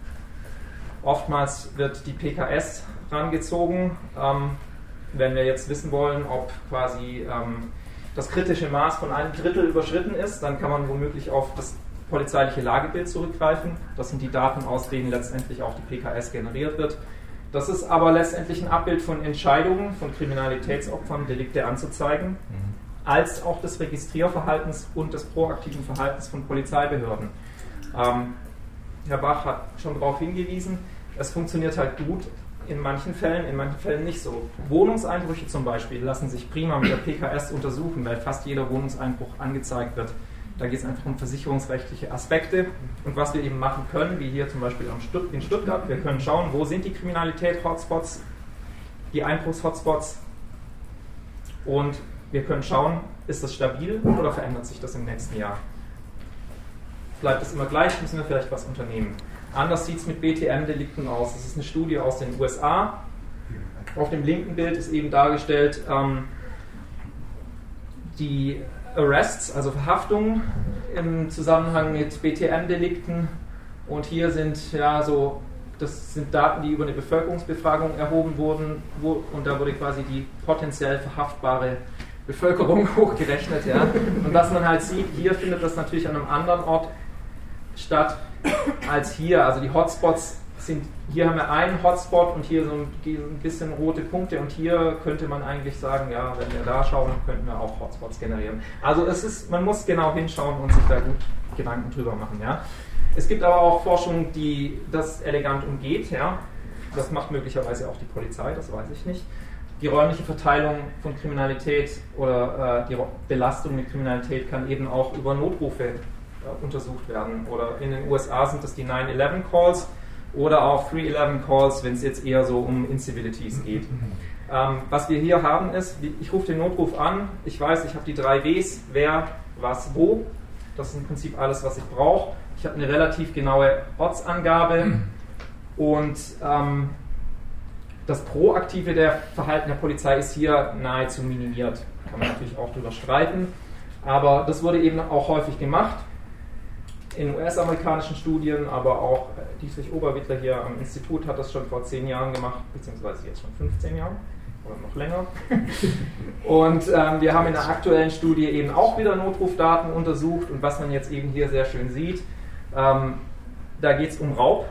Oftmals wird die P K S rangezogen, ähm, wenn wir jetzt wissen wollen, ob quasi ähm, das kritische Maß von einem Drittel überschritten ist, dann kann man womöglich auf das polizeiliche Lagebild zurückgreifen. Das sind die Daten, aus denen letztendlich auch die P K S generiert wird. Das ist aber letztendlich ein Abbild von Entscheidungen von Kriminalitätsopfern, Delikte anzuzeigen, mhm. als auch des Registrierverhaltens und des proaktiven Verhaltens von Polizeibehörden. Ähm, Herr Bach hat schon darauf hingewiesen, es funktioniert halt gut in manchen Fällen, in manchen Fällen nicht so. Wohnungseinbrüche zum Beispiel lassen sich prima mit der P K S untersuchen, weil fast jeder Wohnungseinbruch angezeigt wird. Da geht es einfach um versicherungsrechtliche Aspekte und was wir eben machen können, wie hier zum Beispiel in Stuttgart, wir können schauen, wo sind die Kriminalität-Hotspots, die Einbruchs-Hotspots und wir können schauen, ist das stabil oder verändert sich das im nächsten Jahr. Bleibt es immer gleich, müssen wir vielleicht was unternehmen. Anders sieht es mit B T M-Delikten aus. Das ist eine Studie aus den U S A. Auf dem linken Bild ist eben dargestellt, ähm, die Arrests, also Verhaftungen im Zusammenhang mit B T M-Delikten und hier sind ja so, das sind Daten, die über eine Bevölkerungsbefragung erhoben wurden wo, und da wurde quasi die potenziell verhaftbare Bevölkerung hochgerechnet. Ja. Und was man halt sieht, hier findet das natürlich an einem anderen Ort statt als hier, also die Hotspots sind, hier haben wir einen Hotspot und hier so ein bisschen rote Punkte und hier könnte man eigentlich sagen, ja, wenn wir da schauen, könnten wir auch Hotspots generieren. Also es ist, man muss genau hinschauen und sich da gut Gedanken drüber machen. Ja. Es gibt aber auch Forschung, die das elegant umgeht. Ja. Das macht möglicherweise auch die Polizei, das weiß ich nicht. Die räumliche Verteilung von Kriminalität oder äh, die Belastung mit Kriminalität kann eben auch über Notrufe äh, untersucht werden. Oder in den U S A sind das die nine eleven Calls. Oder auch three eleven Calls, wenn es jetzt eher so um Incivilities geht. Ähm, was wir hier haben ist, ich rufe den Notruf an, ich weiß, ich habe die drei Ws, wer, was, wo. Das ist im Prinzip alles, was ich brauche. Ich habe eine relativ genaue Ortsangabe und ähm, das Proaktive der Verhalten der Polizei ist hier nahezu minimiert. Kann man natürlich auch drüber streiten, aber das wurde eben auch häufig gemacht. in U S-amerikanischen Studien, aber auch Dietrich Oberwittler hier am Institut hat das schon vor zehn Jahren gemacht, beziehungsweise jetzt schon fünfzehn Jahren oder noch länger. Und ähm, wir haben in der aktuellen Studie eben auch wieder Notrufdaten untersucht und was man jetzt eben hier sehr schön sieht, ähm, da geht es um Raub.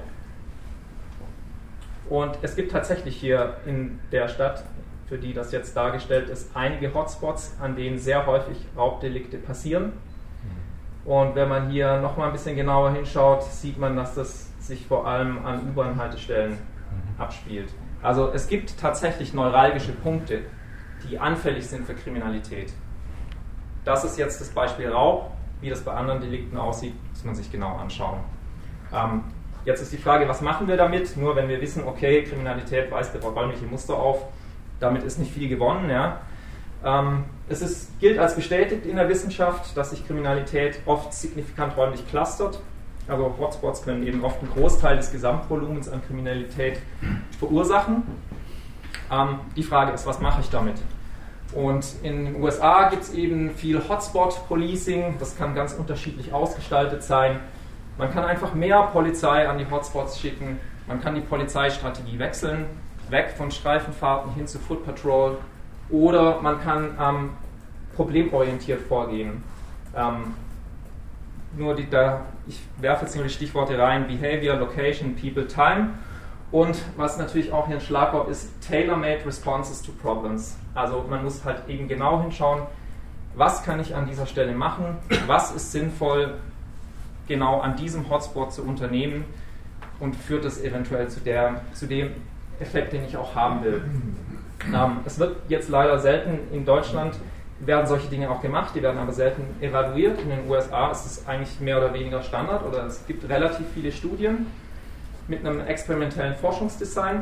Und es gibt tatsächlich hier in der Stadt, für die das jetzt dargestellt ist, einige Hotspots, an denen sehr häufig Raubdelikte passieren. Und wenn man hier nochmal ein bisschen genauer hinschaut, sieht man, dass das sich vor allem an U-Bahn-Haltestellen abspielt. Also es gibt tatsächlich neuralgische Punkte, die anfällig sind für Kriminalität. Das ist jetzt das Beispiel Raub. Wie das bei anderen Delikten aussieht, muss man sich genau anschauen. Ähm, jetzt ist die Frage, was machen wir damit? Nur wenn wir wissen, okay, Kriminalität weist räumliche Muster auf, damit ist nicht viel gewonnen. Ja? Ähm, es ist, gilt als bestätigt in der Wissenschaft, dass sich Kriminalität oft signifikant räumlich clustert. Also Hotspots können eben oft einen Großteil des Gesamtvolumens an Kriminalität verursachen. Ähm, die Frage ist, was mache ich damit? Und in den U S A gibt es eben viel Hotspot-Policing, das kann ganz unterschiedlich ausgestaltet sein. Man kann einfach mehr Polizei an die Hotspots schicken, man kann die Polizeistrategie wechseln, weg von Streifenfahrten hin zu Foot Patrol, oder man kann ähm, problemorientiert vorgehen. Ähm, nur die, da, ich werfe jetzt nur die Stichworte rein: Behavior, Location, People, Time. Und was natürlich auch hier ein Schlagwort ist, Tailor-made Responses to Problems. Also man muss halt eben genau hinschauen, was kann ich an dieser Stelle machen, was ist sinnvoll genau an diesem Hotspot zu unternehmen und führt es eventuell zu, der, zu dem Effekt, den ich auch haben will. Ähm, es wird jetzt leider selten in Deutschland, werden solche Dinge auch gemacht, die werden aber selten evaluiert. In den U S A ist es eigentlich mehr oder weniger Standard, oder es gibt relativ viele Studien mit einem experimentellen Forschungsdesign.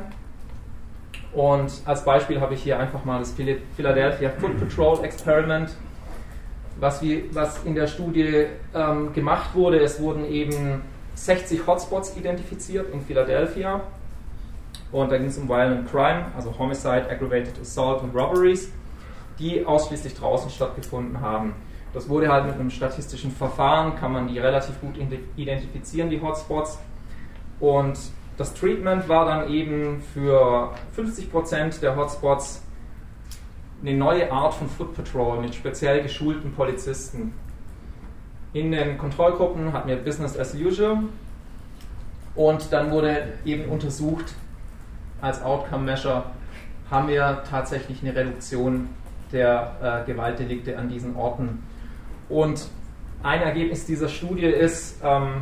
Und als Beispiel habe ich hier einfach mal das Philadelphia Foot Patrol Experiment. Was, wir, was in der Studie ähm, gemacht wurde, es wurden eben sechzig Hotspots identifiziert in Philadelphia. Und da ging es um Violent Crime, also Homicide, Aggravated Assault und Robberies, die ausschließlich draußen stattgefunden haben. Das wurde halt mit einem statistischen Verfahren, kann man die relativ gut identifizieren, die Hotspots. Und das Treatment war dann eben für fünfzig Prozent der Hotspots eine neue Art von Foot Patrol mit speziell geschulten Polizisten. In den Kontrollgruppen hatten wir Business as usual und dann wurde eben untersucht, als Outcome Measure haben wir tatsächlich eine Reduktion der äh, Gewaltdelikte an diesen Orten. Und ein Ergebnis dieser Studie ist, ähm,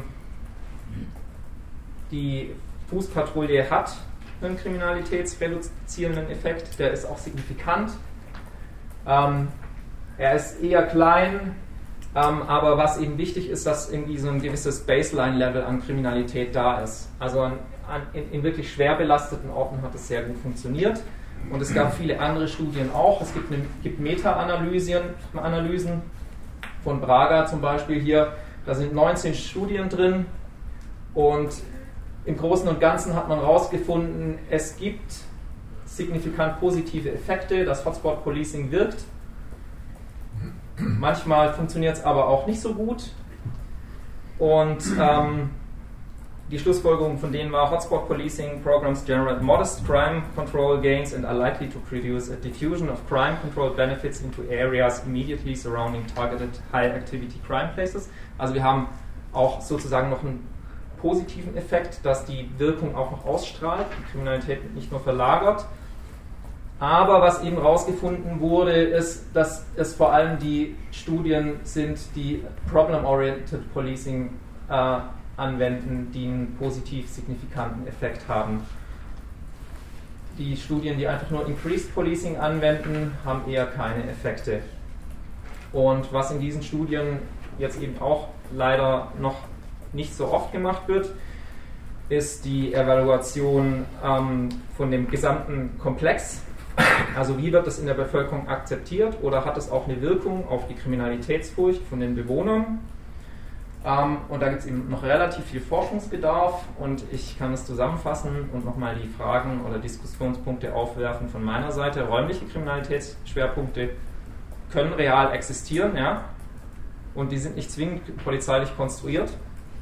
die Fußpatrouille hat einen kriminalitätsreduzierenden Effekt, der ist auch signifikant. Ähm, er ist eher klein, ähm, aber was eben wichtig ist, dass irgendwie so ein gewisses Baseline-Level an Kriminalität da ist. Also an, an, in, in wirklich schwer belasteten Orten hat es sehr gut funktioniert. Und es gab viele andere Studien auch. Es gibt, eine, gibt Meta-Analysen Analysen von Braga zum Beispiel hier. Da sind neunzehn Studien drin und im Großen und Ganzen hat man herausgefunden, es gibt signifikant positive Effekte, das Hotspot-Policing wirkt. Manchmal funktioniert es aber auch nicht so gut. Und ähm, die Schlussfolgerung von denen war, Hotspot-Policing programs generate modest crime control gains and are likely to produce a diffusion of crime control benefits into areas immediately surrounding targeted high-activity crime places. Also wir haben auch sozusagen noch einen positiven Effekt, dass die Wirkung auch noch ausstrahlt, die Kriminalität nicht nur verlagert. Aber was eben herausgefunden wurde, ist, dass es vor allem die Studien sind, die Problem-Oriented Policing äh, anwenden, die einen positiv signifikanten Effekt haben. Die Studien, die einfach nur Increased Policing anwenden, haben eher keine Effekte. Und was in diesen Studien jetzt eben auch leider noch nicht so oft gemacht wird, ist die Evaluation ähm, von dem gesamten Komplex. Also wie wird das in der Bevölkerung akzeptiert oder hat es auch eine Wirkung auf die Kriminalitätsfurcht von den Bewohnern? Ähm, und da gibt es eben noch relativ viel Forschungsbedarf und ich kann es zusammenfassen und nochmal die Fragen oder Diskussionspunkte aufwerfen von meiner Seite. Räumliche Kriminalitätsschwerpunkte können real existieren, ja, und die sind nicht zwingend polizeilich konstruiert.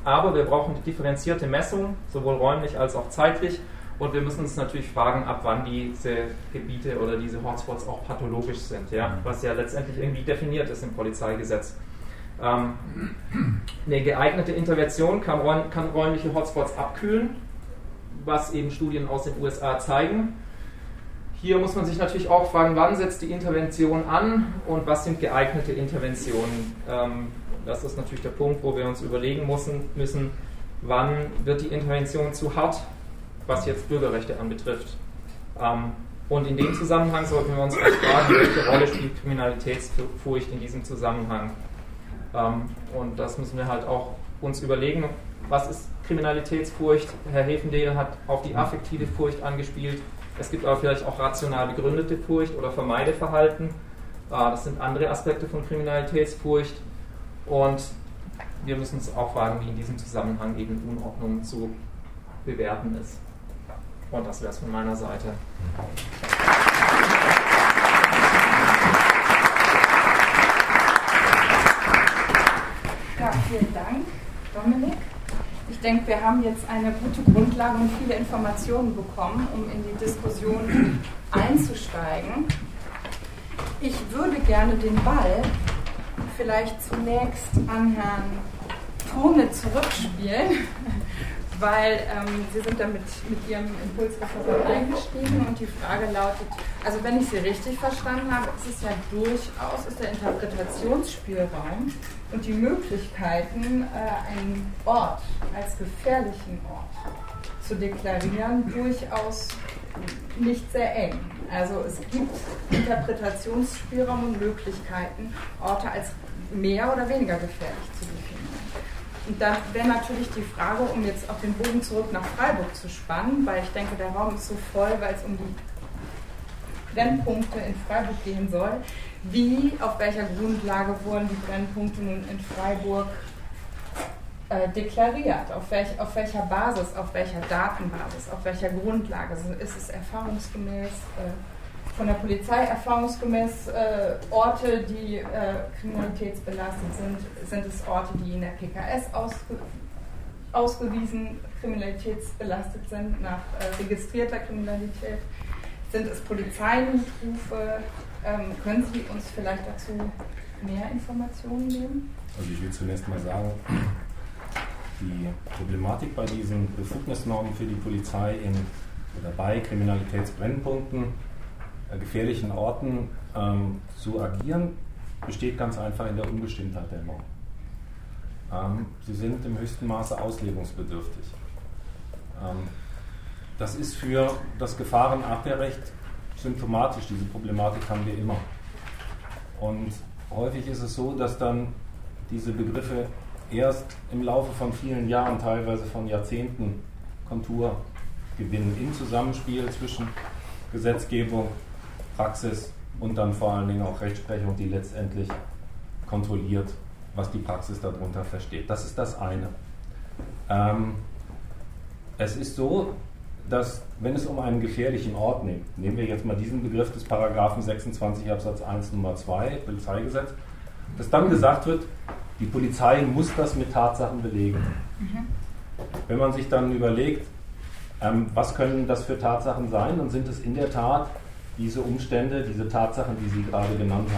aber wir brauchen eine differenzierte Messung, sowohl räumlich als auch zeitlich. Und wir müssen uns natürlich fragen, ab wann diese Gebiete oder diese Hotspots auch pathologisch sind, ja? Was ja letztendlich irgendwie definiert ist im Polizeigesetz. Ähm, eine geeignete Intervention kann, räum, kann räumliche Hotspots abkühlen, was eben Studien aus den U S A zeigen. Hier muss man sich natürlich auch fragen, wann setzt die Intervention an und was sind geeignete Interventionen. Ähm, das ist natürlich der Punkt, wo wir uns überlegen müssen, müssen, wann wird die Intervention zu hart, was jetzt Bürgerrechte anbetrifft. Ähm, und in dem Zusammenhang sollten wir uns auch fragen, welche Rolle spielt Kriminalitätsfurcht in diesem Zusammenhang. Ähm, und das müssen wir halt auch uns überlegen, was ist Kriminalitätsfurcht? Herr Hefendeel hat auf die affektive Furcht angespielt. Es gibt aber vielleicht auch rational begründete Furcht oder Vermeideverhalten. Äh, das sind andere Aspekte von Kriminalitätsfurcht. Und wir müssen uns auch fragen, wie in diesem Zusammenhang eben Unordnung zu bewerten ist. Und das wäre es von meiner Seite. Ja, vielen Dank, Dominik. Ich denke, wir haben jetzt eine gute Grundlage und viele Informationen bekommen, um in die Diskussion einzusteigen. Ich würde gerne den Ball vielleicht zunächst an Herrn Frohnit zurückspielen, weil ähm, Sie sind da mit, mit Ihrem Impulsreferat eingestiegen und die Frage lautet, also wenn ich Sie richtig verstanden habe, ist es ja durchaus ist der Interpretationsspielraum und die Möglichkeiten, äh, einen Ort als gefährlichen Ort zu deklarieren, durchaus nicht sehr eng. Also es gibt Interpretationsspielraum und Möglichkeiten, Orte als mehr oder weniger gefährlich zu definieren. Und da wäre natürlich die Frage, um jetzt auf den Bogen zurück nach Freiburg zu spannen, weil ich denke, der Raum ist so voll, weil es um die Brennpunkte in Freiburg gehen soll. Wie, auf welcher Grundlage wurden die Brennpunkte nun in Freiburg äh, deklariert? Auf, welch, auf welcher Basis, auf welcher Datenbasis, auf welcher Grundlage? Also ist es erfahrungsgemäß äh, von der Polizei erfahrungsgemäß äh, Orte, die äh, kriminalitätsbelastet sind? Sind es Orte, die in der P K S ausge, ausgewiesen kriminalitätsbelastet sind, nach äh, registrierter Kriminalität? Sind es Polizeirufe? Ähm, können Sie uns vielleicht dazu mehr Informationen geben? Also ich will zunächst mal sagen, die Problematik bei diesen Befugnisnormen für die Polizei in, oder bei Kriminalitätsbrennpunkten, äh, gefährlichen Orten ähm, zu agieren, besteht ganz einfach in der Unbestimmtheit der Norm. Ähm, sie sind im höchsten Maße auslegungsbedürftig. Ähm, das ist für das Gefahrenabwehrrecht symptomatisch. Diese Problematik haben wir immer. Und häufig ist es so, dass dann diese Begriffe erst im Laufe von vielen Jahren, teilweise von Jahrzehnten, Kontur gewinnen im Zusammenspiel zwischen Gesetzgebung, Praxis und dann vor allen Dingen auch Rechtsprechung, die letztendlich kontrolliert, was die Praxis darunter versteht. Das ist das eine. Ähm, es ist so, dass, wenn es um einen gefährlichen Ort nimmt, nehmen wir jetzt mal diesen Begriff des Paragraphen sechsundzwanzig Absatz eins Nummer zwei Polizeigesetz, dass dann gesagt wird, die Polizei muss das mit Tatsachen belegen. Mhm. Wenn man sich dann überlegt, ähm, was können das für Tatsachen sein, dann sind es in der Tat diese Umstände, diese Tatsachen, die Sie gerade genannt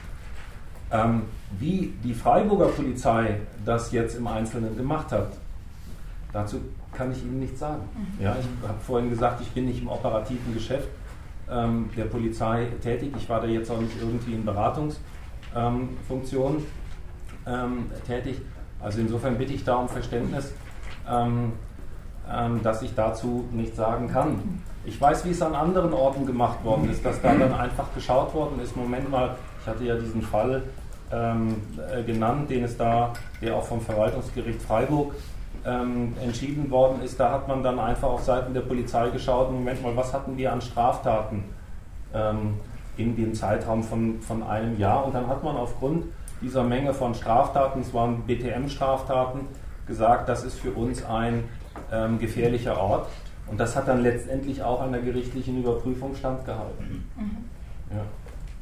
haben. Ähm, wie die Freiburger Polizei das jetzt im Einzelnen gemacht hat, dazu kann ich Ihnen nichts sagen. Mhm. Ja, ich habe vorhin gesagt, ich bin nicht im operativen Geschäft ähm, der Polizei tätig. Ich war da jetzt auch nicht irgendwie in Beratungsfunktion ähm, ähm, tätig. Also insofern bitte ich da um Verständnis, ähm, ähm, dass ich dazu nichts sagen kann. Ich weiß, wie es an anderen Orten gemacht worden ist, dass da dann einfach geschaut worden ist. Moment mal, ich hatte ja diesen Fall ähm, äh, genannt, den es da, der auch vom Verwaltungsgericht Freiburg Ähm, entschieden worden ist, da hat man dann einfach auf Seiten der Polizei geschaut, Moment mal, was hatten wir an Straftaten ähm, in dem Zeitraum von, von einem Jahr, und dann hat man aufgrund dieser Menge von Straftaten, es waren B T M-Straftaten, gesagt, das ist für uns ein ähm, gefährlicher Ort, und das hat dann letztendlich auch an der gerichtlichen Überprüfung standgehalten. Mhm. Ja.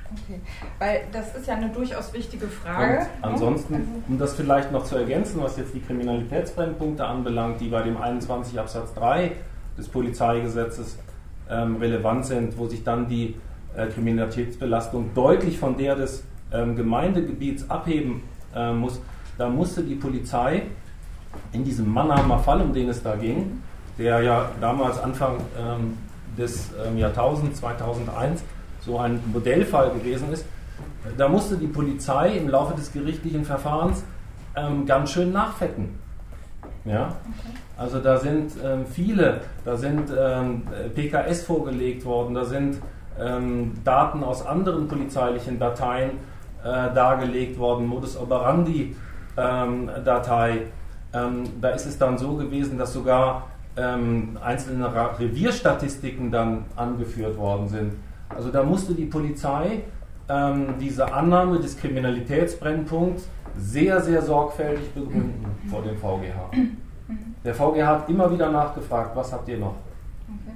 Okay, weil das ist ja eine durchaus wichtige Frage. Und ansonsten, um das vielleicht noch zu ergänzen, was jetzt die Kriminalitätsbrennpunkte anbelangt, die bei dem einundzwanzig Absatz drei des Polizeigesetzes ähm, relevant sind, wo sich dann die äh, Kriminalitätsbelastung deutlich von der des ähm, Gemeindegebiets abheben äh, muss, da musste die Polizei in diesem Mannheimer Fall, um den es da ging, der ja damals Anfang ähm, des ähm, Jahrtausends, zweitausendeins, so ein Modellfall gewesen ist, da musste die Polizei im Laufe des gerichtlichen Verfahrens ähm, ganz schön nachfetten. Ja? Okay. Also da sind ähm, viele, da sind ähm, P K S vorgelegt worden, da sind ähm, Daten aus anderen polizeilichen Dateien äh, dargelegt worden, Modus operandi ähm, Datei. Ähm, da ist es dann so gewesen, dass sogar ähm, einzelne Revierstatistiken dann angeführt worden sind. Also da musste die Polizei ähm, diese Annahme des Kriminalitätsbrennpunkts sehr, sehr sorgfältig begründen vor dem V G H. Der V G H hat immer wieder nachgefragt, was habt ihr noch? Okay.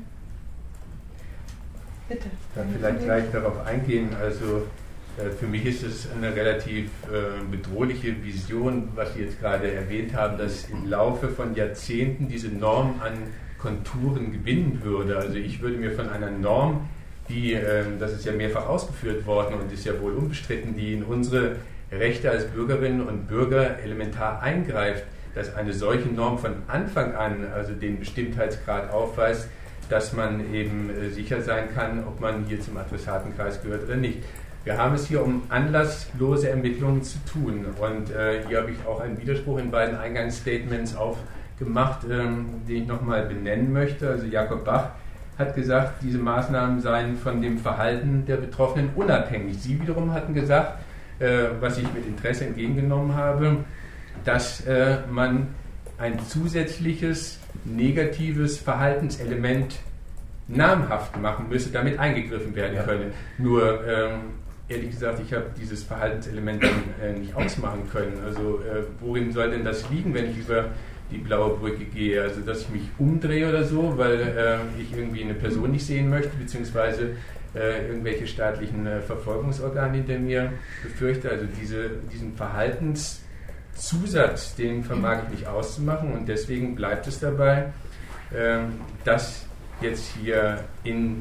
Bitte. Ich kann vielleicht gleich darauf eingehen. Also äh, für mich ist es eine relativ äh, bedrohliche Vision, was Sie jetzt gerade erwähnt haben, dass im Laufe von Jahrzehnten diese Norm an Konturen gewinnen würde. Also ich würde mir von einer Norm, die, das ist ja mehrfach ausgeführt worden und ist ja wohl unbestritten, die in unsere Rechte als Bürgerinnen und Bürger elementar eingreift, dass eine solche Norm von Anfang an also den Bestimmtheitsgrad aufweist, dass man eben sicher sein kann, ob man hier zum Adressatenkreis gehört oder nicht. Wir haben es hier um anlasslose Ermittlungen zu tun und äh, hier habe ich auch einen Widerspruch in beiden Eingangsstatements aufgemacht, ähm, den ich nochmal benennen möchte. Also Jakob Bach hat gesagt, diese Maßnahmen seien von dem Verhalten der Betroffenen unabhängig. Sie wiederum hatten gesagt, äh, was ich mit Interesse entgegengenommen habe, dass äh, man ein zusätzliches negatives Verhaltenselement namhaft machen müsse, damit eingegriffen werden könne. Nur, ähm, ehrlich gesagt, ich habe dieses Verhaltenselement dann äh, nicht ausmachen können. Also äh, worin soll denn das liegen, wenn ich über die blaue Brücke gehe, also dass ich mich umdrehe oder so, weil äh, ich irgendwie eine Person nicht sehen möchte, beziehungsweise äh, irgendwelche staatlichen äh, Verfolgungsorgane hinter mir befürchte. Also diese, diesen Verhaltenszusatz, den vermag ich nicht auszumachen und deswegen bleibt es dabei, äh, dass jetzt hier in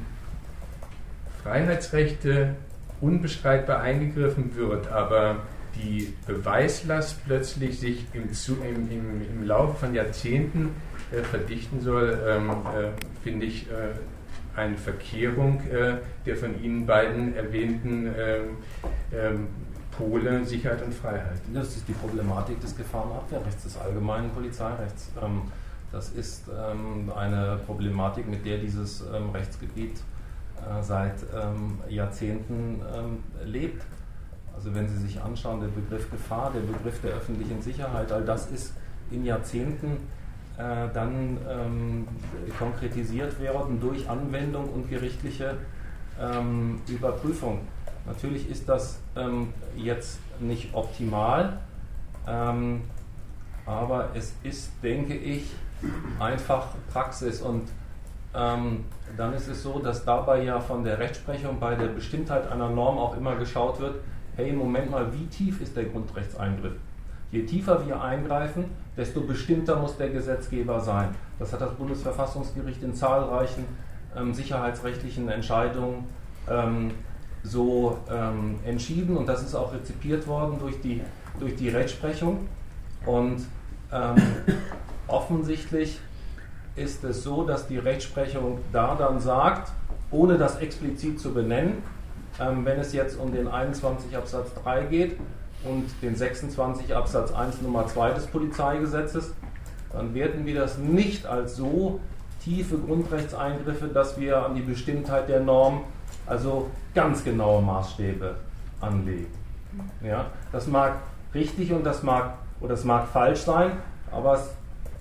Freiheitsrechte unbestreitbar eingegriffen wird, aber die Beweislast plötzlich sich im, im, im, im Laufe von Jahrzehnten äh, verdichten soll, ähm, äh, finde ich äh, eine Verkehrung äh, der von Ihnen beiden erwähnten ähm, ähm, Pole Sicherheit und Freiheit. Das ist die Problematik des Gefahrenabwehrrechts, des allgemeinen Polizeirechts. Ähm, das ist ähm, eine Problematik, mit der dieses ähm, Rechtsgebiet äh, seit ähm, Jahrzehnten ähm, lebt. Also wenn Sie sich anschauen, der Begriff Gefahr, der Begriff der öffentlichen Sicherheit, all das ist in Jahrzehnten äh, dann ähm, konkretisiert werden durch Anwendung und gerichtliche ähm, Überprüfung. Natürlich ist das ähm, jetzt nicht optimal, ähm, aber es ist, denke ich, einfach Praxis und ähm, dann ist es so, dass dabei ja von der Rechtsprechung bei der Bestimmtheit einer Norm auch immer geschaut wird, hey, Moment mal, wie tief ist der Grundrechtseingriff? Je tiefer wir eingreifen, desto bestimmter muss der Gesetzgeber sein. Das hat das Bundesverfassungsgericht in zahlreichen ähm, sicherheitsrechtlichen Entscheidungen ähm, so ähm, entschieden und das ist auch rezipiert worden durch die, durch die Rechtsprechung. Und ähm, offensichtlich ist es so, dass die Rechtsprechung da dann sagt, ohne das explizit zu benennen, Ähm, wenn es jetzt um den einundzwanzig Absatz drei geht und den sechsundzwanzig Absatz eins Nummer zwei des Polizeigesetzes, dann werten wir das nicht als so tiefe Grundrechtseingriffe, dass wir an die Bestimmtheit der Norm also ganz genaue Maßstäbe anlegen. Ja, das mag richtig und das mag, oder das mag falsch sein, aber es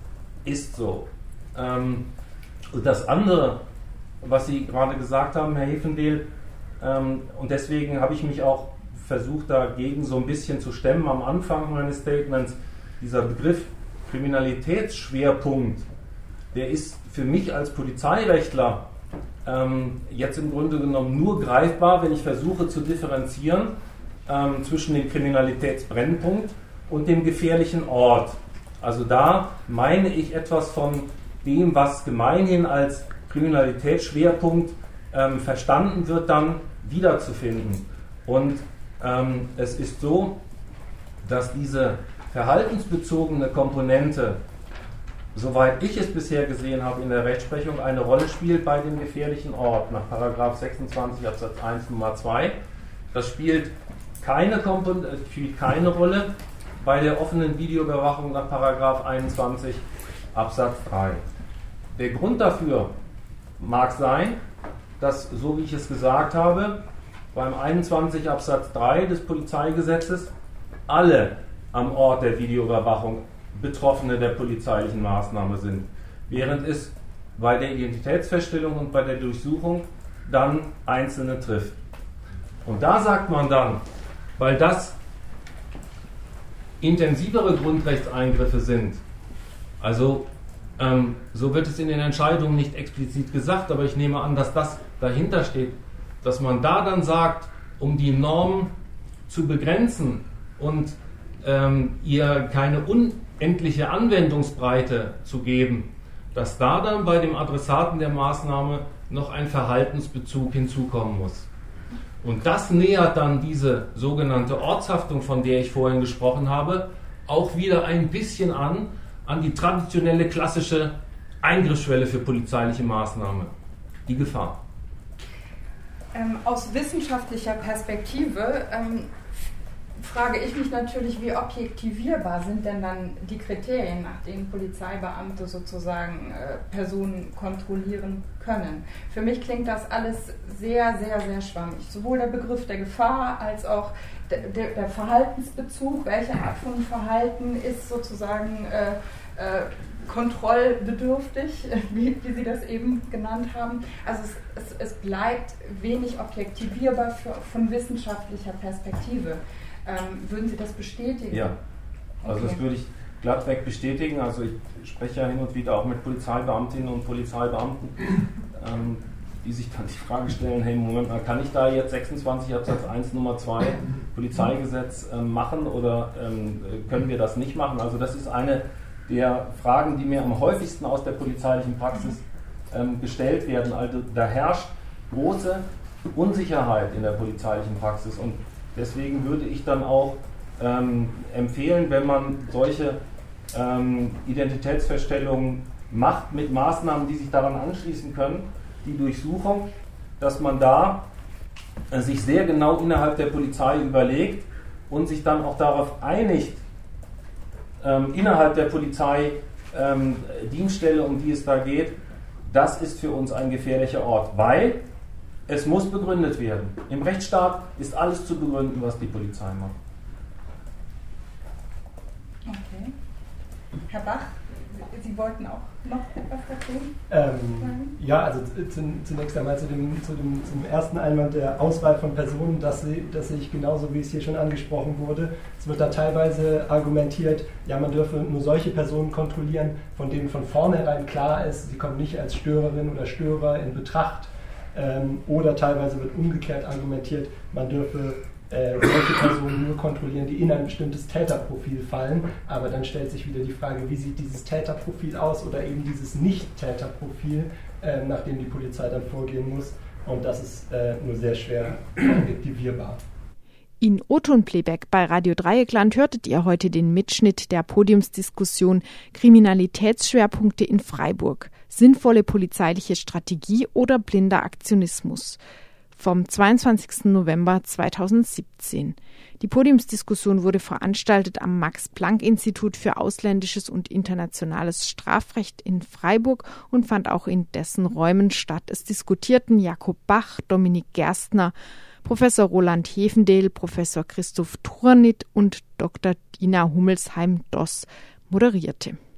ist so. Ähm, und das andere, was Sie gerade gesagt haben, Herr Hefendehl, und deswegen habe ich mich auch versucht, dagegen so ein bisschen zu stemmen am Anfang meines Statements. Dieser Begriff Kriminalitätsschwerpunkt, der ist für mich als Polizeirechtler ähm, jetzt im Grunde genommen nur greifbar, wenn ich versuche zu differenzieren ähm, zwischen dem Kriminalitätsbrennpunkt und dem gefährlichen Ort. Also da meine ich etwas von dem, was gemeinhin als Kriminalitätsschwerpunkt ähm, verstanden wird, dann wiederzufinden. Und ähm, es ist so, dass diese verhaltensbezogene Komponente, soweit ich es bisher gesehen habe in der Rechtsprechung, eine Rolle spielt bei dem gefährlichen Ort nach Paragraph sechsundzwanzig Absatz eins Nummer zwei. Das spielt keine, Kompon- spielt keine Rolle bei der offenen Videoüberwachung nach Paragraph einundzwanzig Absatz drei. Der Grund dafür mag sein, dass, so wie ich es gesagt habe, beim einundzwanzig Absatz drei des Polizeigesetzes alle am Ort der Videoüberwachung Betroffene der polizeilichen Maßnahme sind, während es bei der Identitätsfeststellung und bei der Durchsuchung dann Einzelne trifft. Und da sagt man dann, weil das intensivere Grundrechtseingriffe sind, also ähm, so wird es in den Entscheidungen nicht explizit gesagt, aber ich nehme an, dass das dahinter steht, dass man da dann sagt, um die Norm zu begrenzen und ähm, ihr keine unendliche Anwendungsbreite zu geben, dass da dann bei dem Adressaten der Maßnahme noch ein Verhaltensbezug hinzukommen muss. Und das nähert dann diese sogenannte Ortshaftung, von der ich vorhin gesprochen habe, auch wieder ein bisschen an, an die traditionelle klassische Eingriffsschwelle für polizeiliche Maßnahme, die Gefahr. Ähm, aus wissenschaftlicher Perspektive ähm, frage ich mich natürlich, wie objektivierbar sind denn dann die Kriterien, nach denen Polizeibeamte sozusagen äh, Personen kontrollieren können. Für mich klingt das alles sehr, sehr, sehr schwammig. Sowohl der Begriff der Gefahr als auch der, der, der Verhaltensbezug, welche Art von Verhalten ist sozusagen äh, äh, kontrollbedürftig, wie, wie Sie das eben genannt haben. Also es, es, es bleibt wenig objektivierbar für, von wissenschaftlicher Perspektive. Ähm, würden Sie das bestätigen? Ja, also okay. Das würde ich glattweg bestätigen. Also ich spreche ja hin und wieder auch mit Polizeibeamtinnen und Polizeibeamten, ähm, die sich dann die Frage stellen, hey, Moment mal, kann ich da jetzt sechsundzwanzig Absatz eins Nummer zwei Polizeigesetz ähm, machen oder ähm, können wir das nicht machen? Also das ist eine der Fragen, die mir am häufigsten aus der polizeilichen Praxis ähm, gestellt werden. Also da herrscht große Unsicherheit in der polizeilichen Praxis und deswegen würde ich dann auch ähm, empfehlen, wenn man solche ähm, Identitätsfeststellungen macht mit Maßnahmen, die sich daran anschließen können, die Durchsuchung, dass man da äh, sich sehr genau innerhalb der Polizei überlegt und sich dann auch darauf einigt, ähm, innerhalb der Polizei ähm, Dienststelle, um die es da geht, das ist für uns ein gefährlicher Ort, weil es muss begründet werden. Im Rechtsstaat ist alles zu begründen, was die Polizei macht. Okay. Herr Bach, Sie wollten auch noch etwas dazu ähm, Ja, also zunächst einmal zu dem, zu dem zum ersten Einwand der Auswahl von Personen, das, das sehe ich genauso, wie es hier schon angesprochen wurde. Es wird da teilweise argumentiert, ja, man dürfe nur solche Personen kontrollieren, von denen von vornherein klar ist, sie kommen nicht als Störerin oder Störer in Betracht. Ähm, oder teilweise wird umgekehrt argumentiert, man dürfe äh, solche Personen nur kontrollieren, die in ein bestimmtes Täterprofil fallen. Aber dann stellt sich wieder die Frage, wie sieht dieses Täterprofil aus oder eben dieses Nicht-Täterprofil, äh, nach dem die Polizei dann vorgehen muss. Und das ist äh, nur sehr schwer objektivierbar. In O-Ton-Playback bei Radio Dreieckland hörtet ihr heute den Mitschnitt der Podiumsdiskussion Kriminalitätsschwerpunkte in Freiburg. Sinnvolle polizeiliche Strategie oder blinder Aktionismus? Vom zweiundzwanzigsten November zweitausendsiebzehn. Die Podiumsdiskussion wurde veranstaltet am Max-Planck-Institut für ausländisches und internationales Strafrecht in Freiburg und fand auch in dessen Räumen statt. Es diskutierten Jakob Bach, Dominik Gerstner, Professor Roland Hefendel, Professor Christoph Thurnit und Doktor Dina Hummelsheim-Doss moderierte.